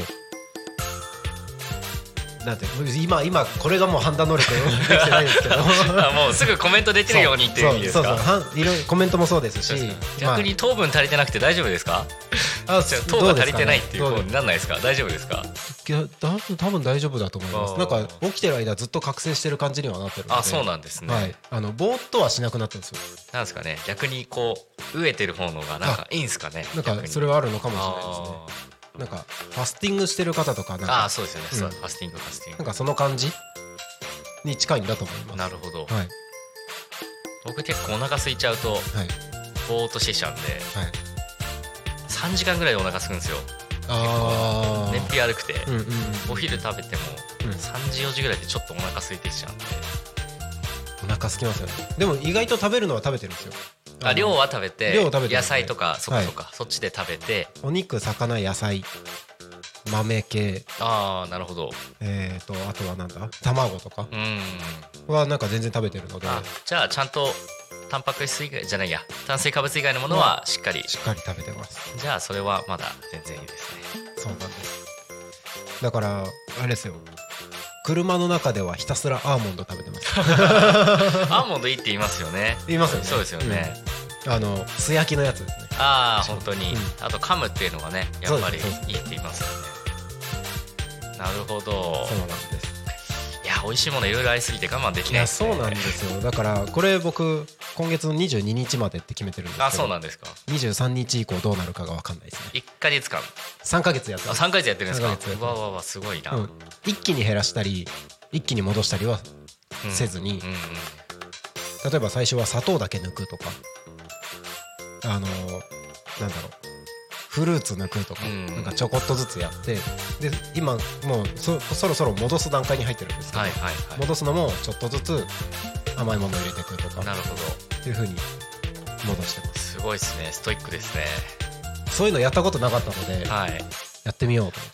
なんて今今これがもう判断能力できてないんですけどもうすぐコメントできるようにっていう意味ですか？ そうそうそう、いろいろコメントもそうですし、 逆に糖分足りてなくて大丈夫ですか？あ糖が足りてないっていう方になんないですか？大丈夫ですか？ いや多分大丈夫だと思います。なんか起きてる間ずっと覚醒してる感じにはなってるので。 あ、そうなんですね、 はい、あのぼーっとはしなくなったんですよ。 なんですかね、逆にこう飢えてる方のがなんかいいんですかね。 なんかそれはあるのかもしれないですね。なんかファスティングしてる方とかなんか、 あ、そうですよね、うん、そうファスティングファスティングなんかその感じに近いんだと思います。 なるほど、 はい、 僕結構お腹空いちゃうと、はい、ぼーっとしてちゃうんで、はい、さんじかんぐらいでお腹空くんですよ。あ燃費悪くて、うんうんうん、お昼食べてもさんじよじぐらいでちょっとお腹空いてきちゃうんで。 お腹空きますよね。でも意外と食べるのは食べてるんですよ。 あ、量は食べて、 量を食べて野菜とかそこそか、はい、そっちで食べて、 お肉、魚、野菜、豆系、 ああなるほど、 えーとあとはなんだ卵とかはなんか全然食べてるので、 あ、じゃあちゃんとタンパク質以外じゃないや炭水化物以外のものはしっかり、 しっかり食べてます。 じゃあそれはまだ全然いいですね。 そうなんです。だからあれですよ、車の中ではひたすらアーモンド食べてますアーモンドいいって言いますよね。 言いますよね。 そうですよね、 うん、あの素焼きのやつですね。 ああ本当に、うん、あと噛むっていうのがねやっぱりいいって言いますよね。なるほど。 そうなんです。 いや美味しいものいろいろありすぎて我慢できないですね。 いやそうなんですよ。だからこれ僕今月のにじゅうににちまでって決めてるんですけど。 あ、そうなんですか。 にじゅうさんにち以降どうなるかが分かんないですね。 いっかげつかんさんかげつやってます。 あ、さんかげつやってるんですか。わわわすごいな、うん、 一気に減らしたり一気に戻したりはせずに、うんうんうん、例えば最初は砂糖だけ抜くとか、あのー、なんだろうフルーツ抜くとか、うん、なんかちょこっとずつやって、で今もう そ, そろそろ戻す段階に入ってるんですけど、はいはいはい、戻すのもちょっとずつ甘いものを入れていくとか、 なるほどっていう風に戻してます。 すごいですね、ストイックですね。 そういうのやったことなかったので、はい、やってみようと思って。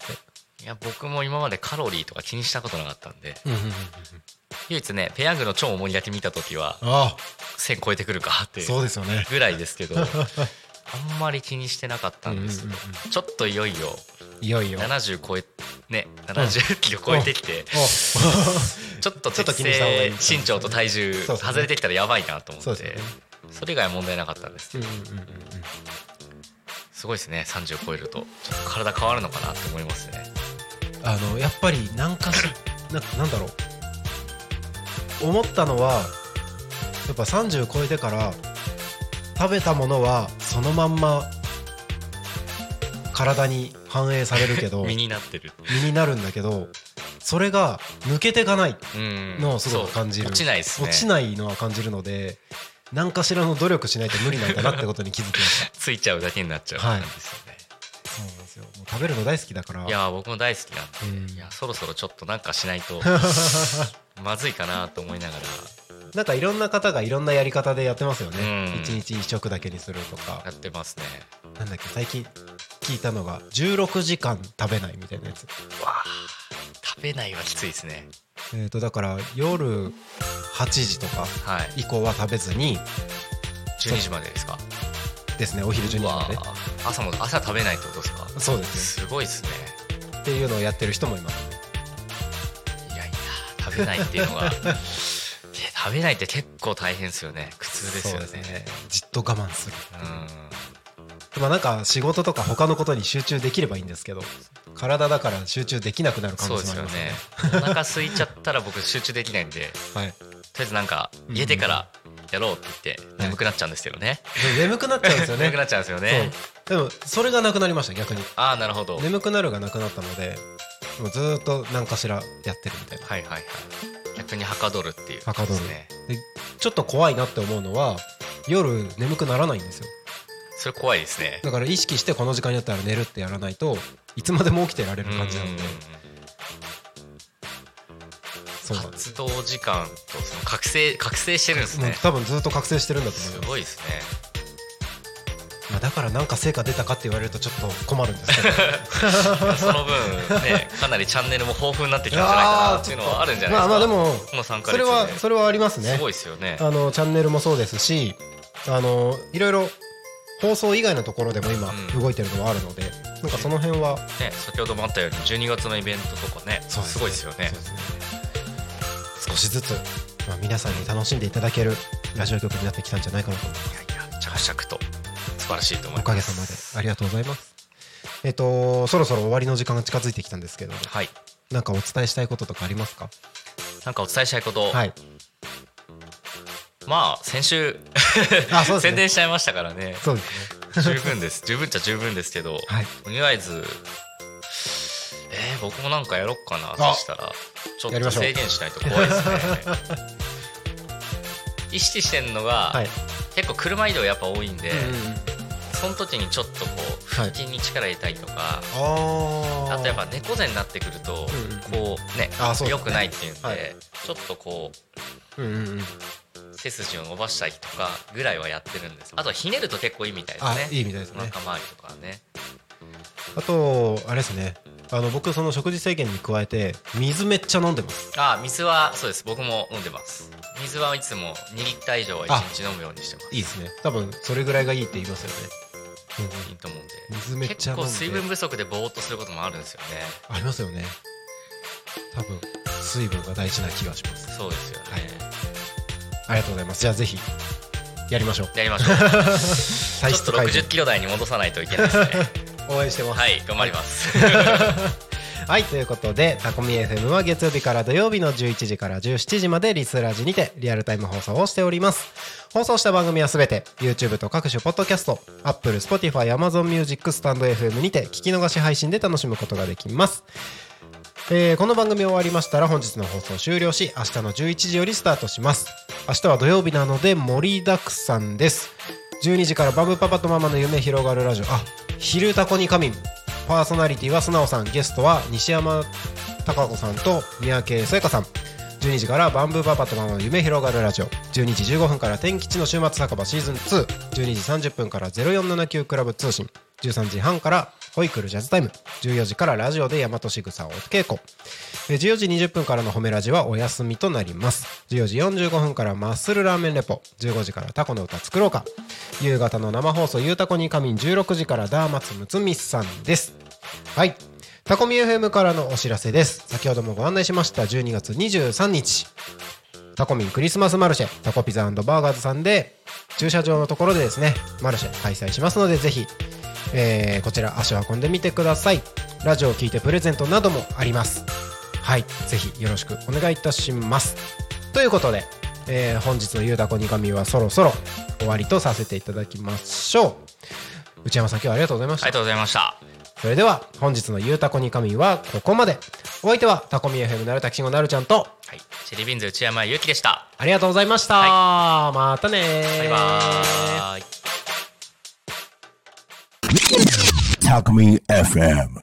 いや僕も今までカロリーとか気にしたことなかったんで、唯一ねペヤングの超重りだけ見た時はせん超えてくるかっていうぐらいですけどあんまり気にしてなかったんです、うんうんうん、ちょっといよいよいよいよななじゅう超えねななじゅっキロ超えてきてちょっと適正身長と体重外れてきたらやばいなと思って、 そ, う そ, う、ね、それ以外は問題なかったんですけど、うんうんうんうん、すごいですね。さんじゅう超えるとちょっと体変わるのかなって思いますね。 あのやっぱりなんかな, なんだろう思ったのは、やっぱさんじゅう超えてから食べたものはそのまんま体に反映されるけど身になってる身になるんだけど、それが抜けていかないのをすごく感じる。 落ちないですね。 落ちないのは感じるので、何かしらの努力しないと無理なんだなってことに気づきましたついちゃうだけになっちゃうなんですよね、はい、 そうなんですよ。もう食べるの大好きだから。 いや僕も大好きなんで、うん、いやそろそろちょっとなんかしないとまずいかなと思いながらなんかいろんな方がいろんなやり方でやってますよね。いちにちいっしょくだけにするとかやってますね。 なんだっけ最近聞いたのがじゅうろくじかん食べないみたいなやつ。 わ食べないはきついですね。 えーとだから夜はちじとか以降は食べずに、はい、 じゅうにじまでですか。 ですね。お昼じゅうにじまで。 朝も朝食べないってことですか。 そうですね。すごいですねっていうのをやってる人もいますね。 いやいや食べないっていうのが食べないって結構大変ですよね。苦痛ですよ ね, ですね。 じっと我慢する。うん、まあなんか仕事とか他のことに集中できればいいんですけど、体だから集中できなくなる可能性もありますね。 そうですよね。お腹空いちゃったら僕集中できないんで、はい、とりあえずなんか家出からやろうって言って眠くなっちゃうんですけどね、 はい、眠くなっちゃうんですよね眠くなっちゃうんですよね。 でもそれがなくなりました逆に。 ああなるほど。 眠くなるがなくなったのでもうずーっと何かしらやってるみたいな。 はいはいはい。逆にはかどるっていう、ね、 はかどるでちょっと怖いなって思うのは夜眠くならないんですよ。 それ怖いですね。 だから意識してこの時間になったら寝るってやらないといつまでも起きてられる感じなので、 そうなんです。活動時間とその覚醒覚醒してるんですね。 多分ずっと覚醒してるんだと思います。 すごいですね。 まあだからなんか成果出たかって言われるとちょっと困るんですけどその分ねかなりチャンネルも豊富になってきたんじゃないかなっていうのはあるんじゃないですか。 まあまあでもこのさんかそれげつではそれはありますね。 すごいですよね。 あのチャンネルもそうですし、あのいろいろ放送以外のところでも今動いてるのはあるので、うん、なんかその辺は、 ね、先ほどもあったようにじゅうにがつのイベントとかね、そうですね、すごいですよね。 少しずつ、まあ、皆さんに楽しんでいただけるラジオ局になってきたんじゃないかなと思います。 いやいや着々と素晴らしいと思います。 おかげさまでありがとうございます。えっとそろそろ終わりの時間が近づいてきたんですけど、 はい、 なんかお伝えしたいこととかありますか？ なんかお伝えしたいこと、はい、まあ先週あそうです、ね、 宣伝しちゃいましたからね。 そうですね十分です十分っちゃ十分ですけど、はい、とりあえずえー、僕もなんかやろっかな。そしたらちょっと制限しないと怖いですね意識してるのが、はい、結構車移動やっぱ多いんで、うんうん、その時にちょっとこう腹筋に力入れたりとか、はい、あとやっぱ猫背になってくると、うんうん、こうね良くないっていうんで、はい、ちょっとこう、うんうんうん、背筋を伸ばしたりとかぐらいはやってるんです。あとはひねると結構いいみたいですね。 あいいみたいですね。 お腹周りとかね。 あとあれですね、あの僕その食事制限に加えて水めっちゃ飲んでます。 あ水はそうです。僕も飲んでます。水はいつもにリッター以上はいちにち飲むようにしてます。 いいですね。多分それぐらいがいいって言いますよね、 うんうん、いいと思うんで。 水めっちゃ飲んで結構水分不足でぼーっとすることもあるんですよね。 ありますよね。多分水分が大事な気がします。 そうですよね、はい、 ありがとうございます。じゃあぜひやりましょうやりましょうちょっとろくじゅっキロ台に戻さないといけないですね応援してます。 はい頑張りますはい、ということでタコミ エフエム は月曜日から土曜日のじゅういちじからじゅうしちじまでリスラジにてリアルタイム放送をしております。放送した番組はすべて YouTube と各種ポッドキャスト Apple、Spotify、Amazon Music、Stand エフエム にて聞き逃し配信で楽しむことができます。えー、この番組終わりましたら本日の放送終了し明日のじゅういちじよりスタートします。明日は土曜日なので盛りだくさんです。じゅうにじからバブパパとママの夢広がるラジオ、あ昼タコに仮眠、パーソナリティは素直さん、ゲストは西山貴子さんと三宅さやかさん。じゅうにじからバンブーパパとママの夢広がるラジオ、じゅうにじじゅうごふんから天吉の週末酒場シーズンツー、じゅうにじさんじゅっぷんからゼロよんななきゅうクラブ通信、じゅうさんじはんからホイクルジャズタイム、じゅうよじからラジオで大和しぐさをお稽古、じゅうよじにじゅっぷんからの褒めラジはお休みとなります。じゅうよじよんじゅうごふんからマッスルラーメンレポ、じゅうごじからタコの歌作ろうか、夕方の生放送ゆうたこに仮眠、じゅうろくじからダーマツムツミさんです。はい、タコミ エフエム からのお知らせです。先ほどもご案内しましたじゅうにがつにじゅうさんにちタコミンクリスマスマルシェタコピザ&バーガーズさんで駐車場のところでですねマルシェ開催しますので、ぜひ、えー、こちら足を運んでみてください。ラジオを聞いてプレゼントなどもあります。はい、ぜひよろしくお願いいたします。ということで、えー、本日のゆうたこに神はそろそろ終わりとさせていただきましょう。内山さん今日はありがとうございました。 ありがとうございました。 それでは本日のゆうたこに神はここまで。お相手はタコミ エフエム なるたきしんごなるちゃんと、 はい、チェリービーンズ内山ゆうきでした。 ありがとうございました、はい、またねバイバーイ。 タコミ エフエム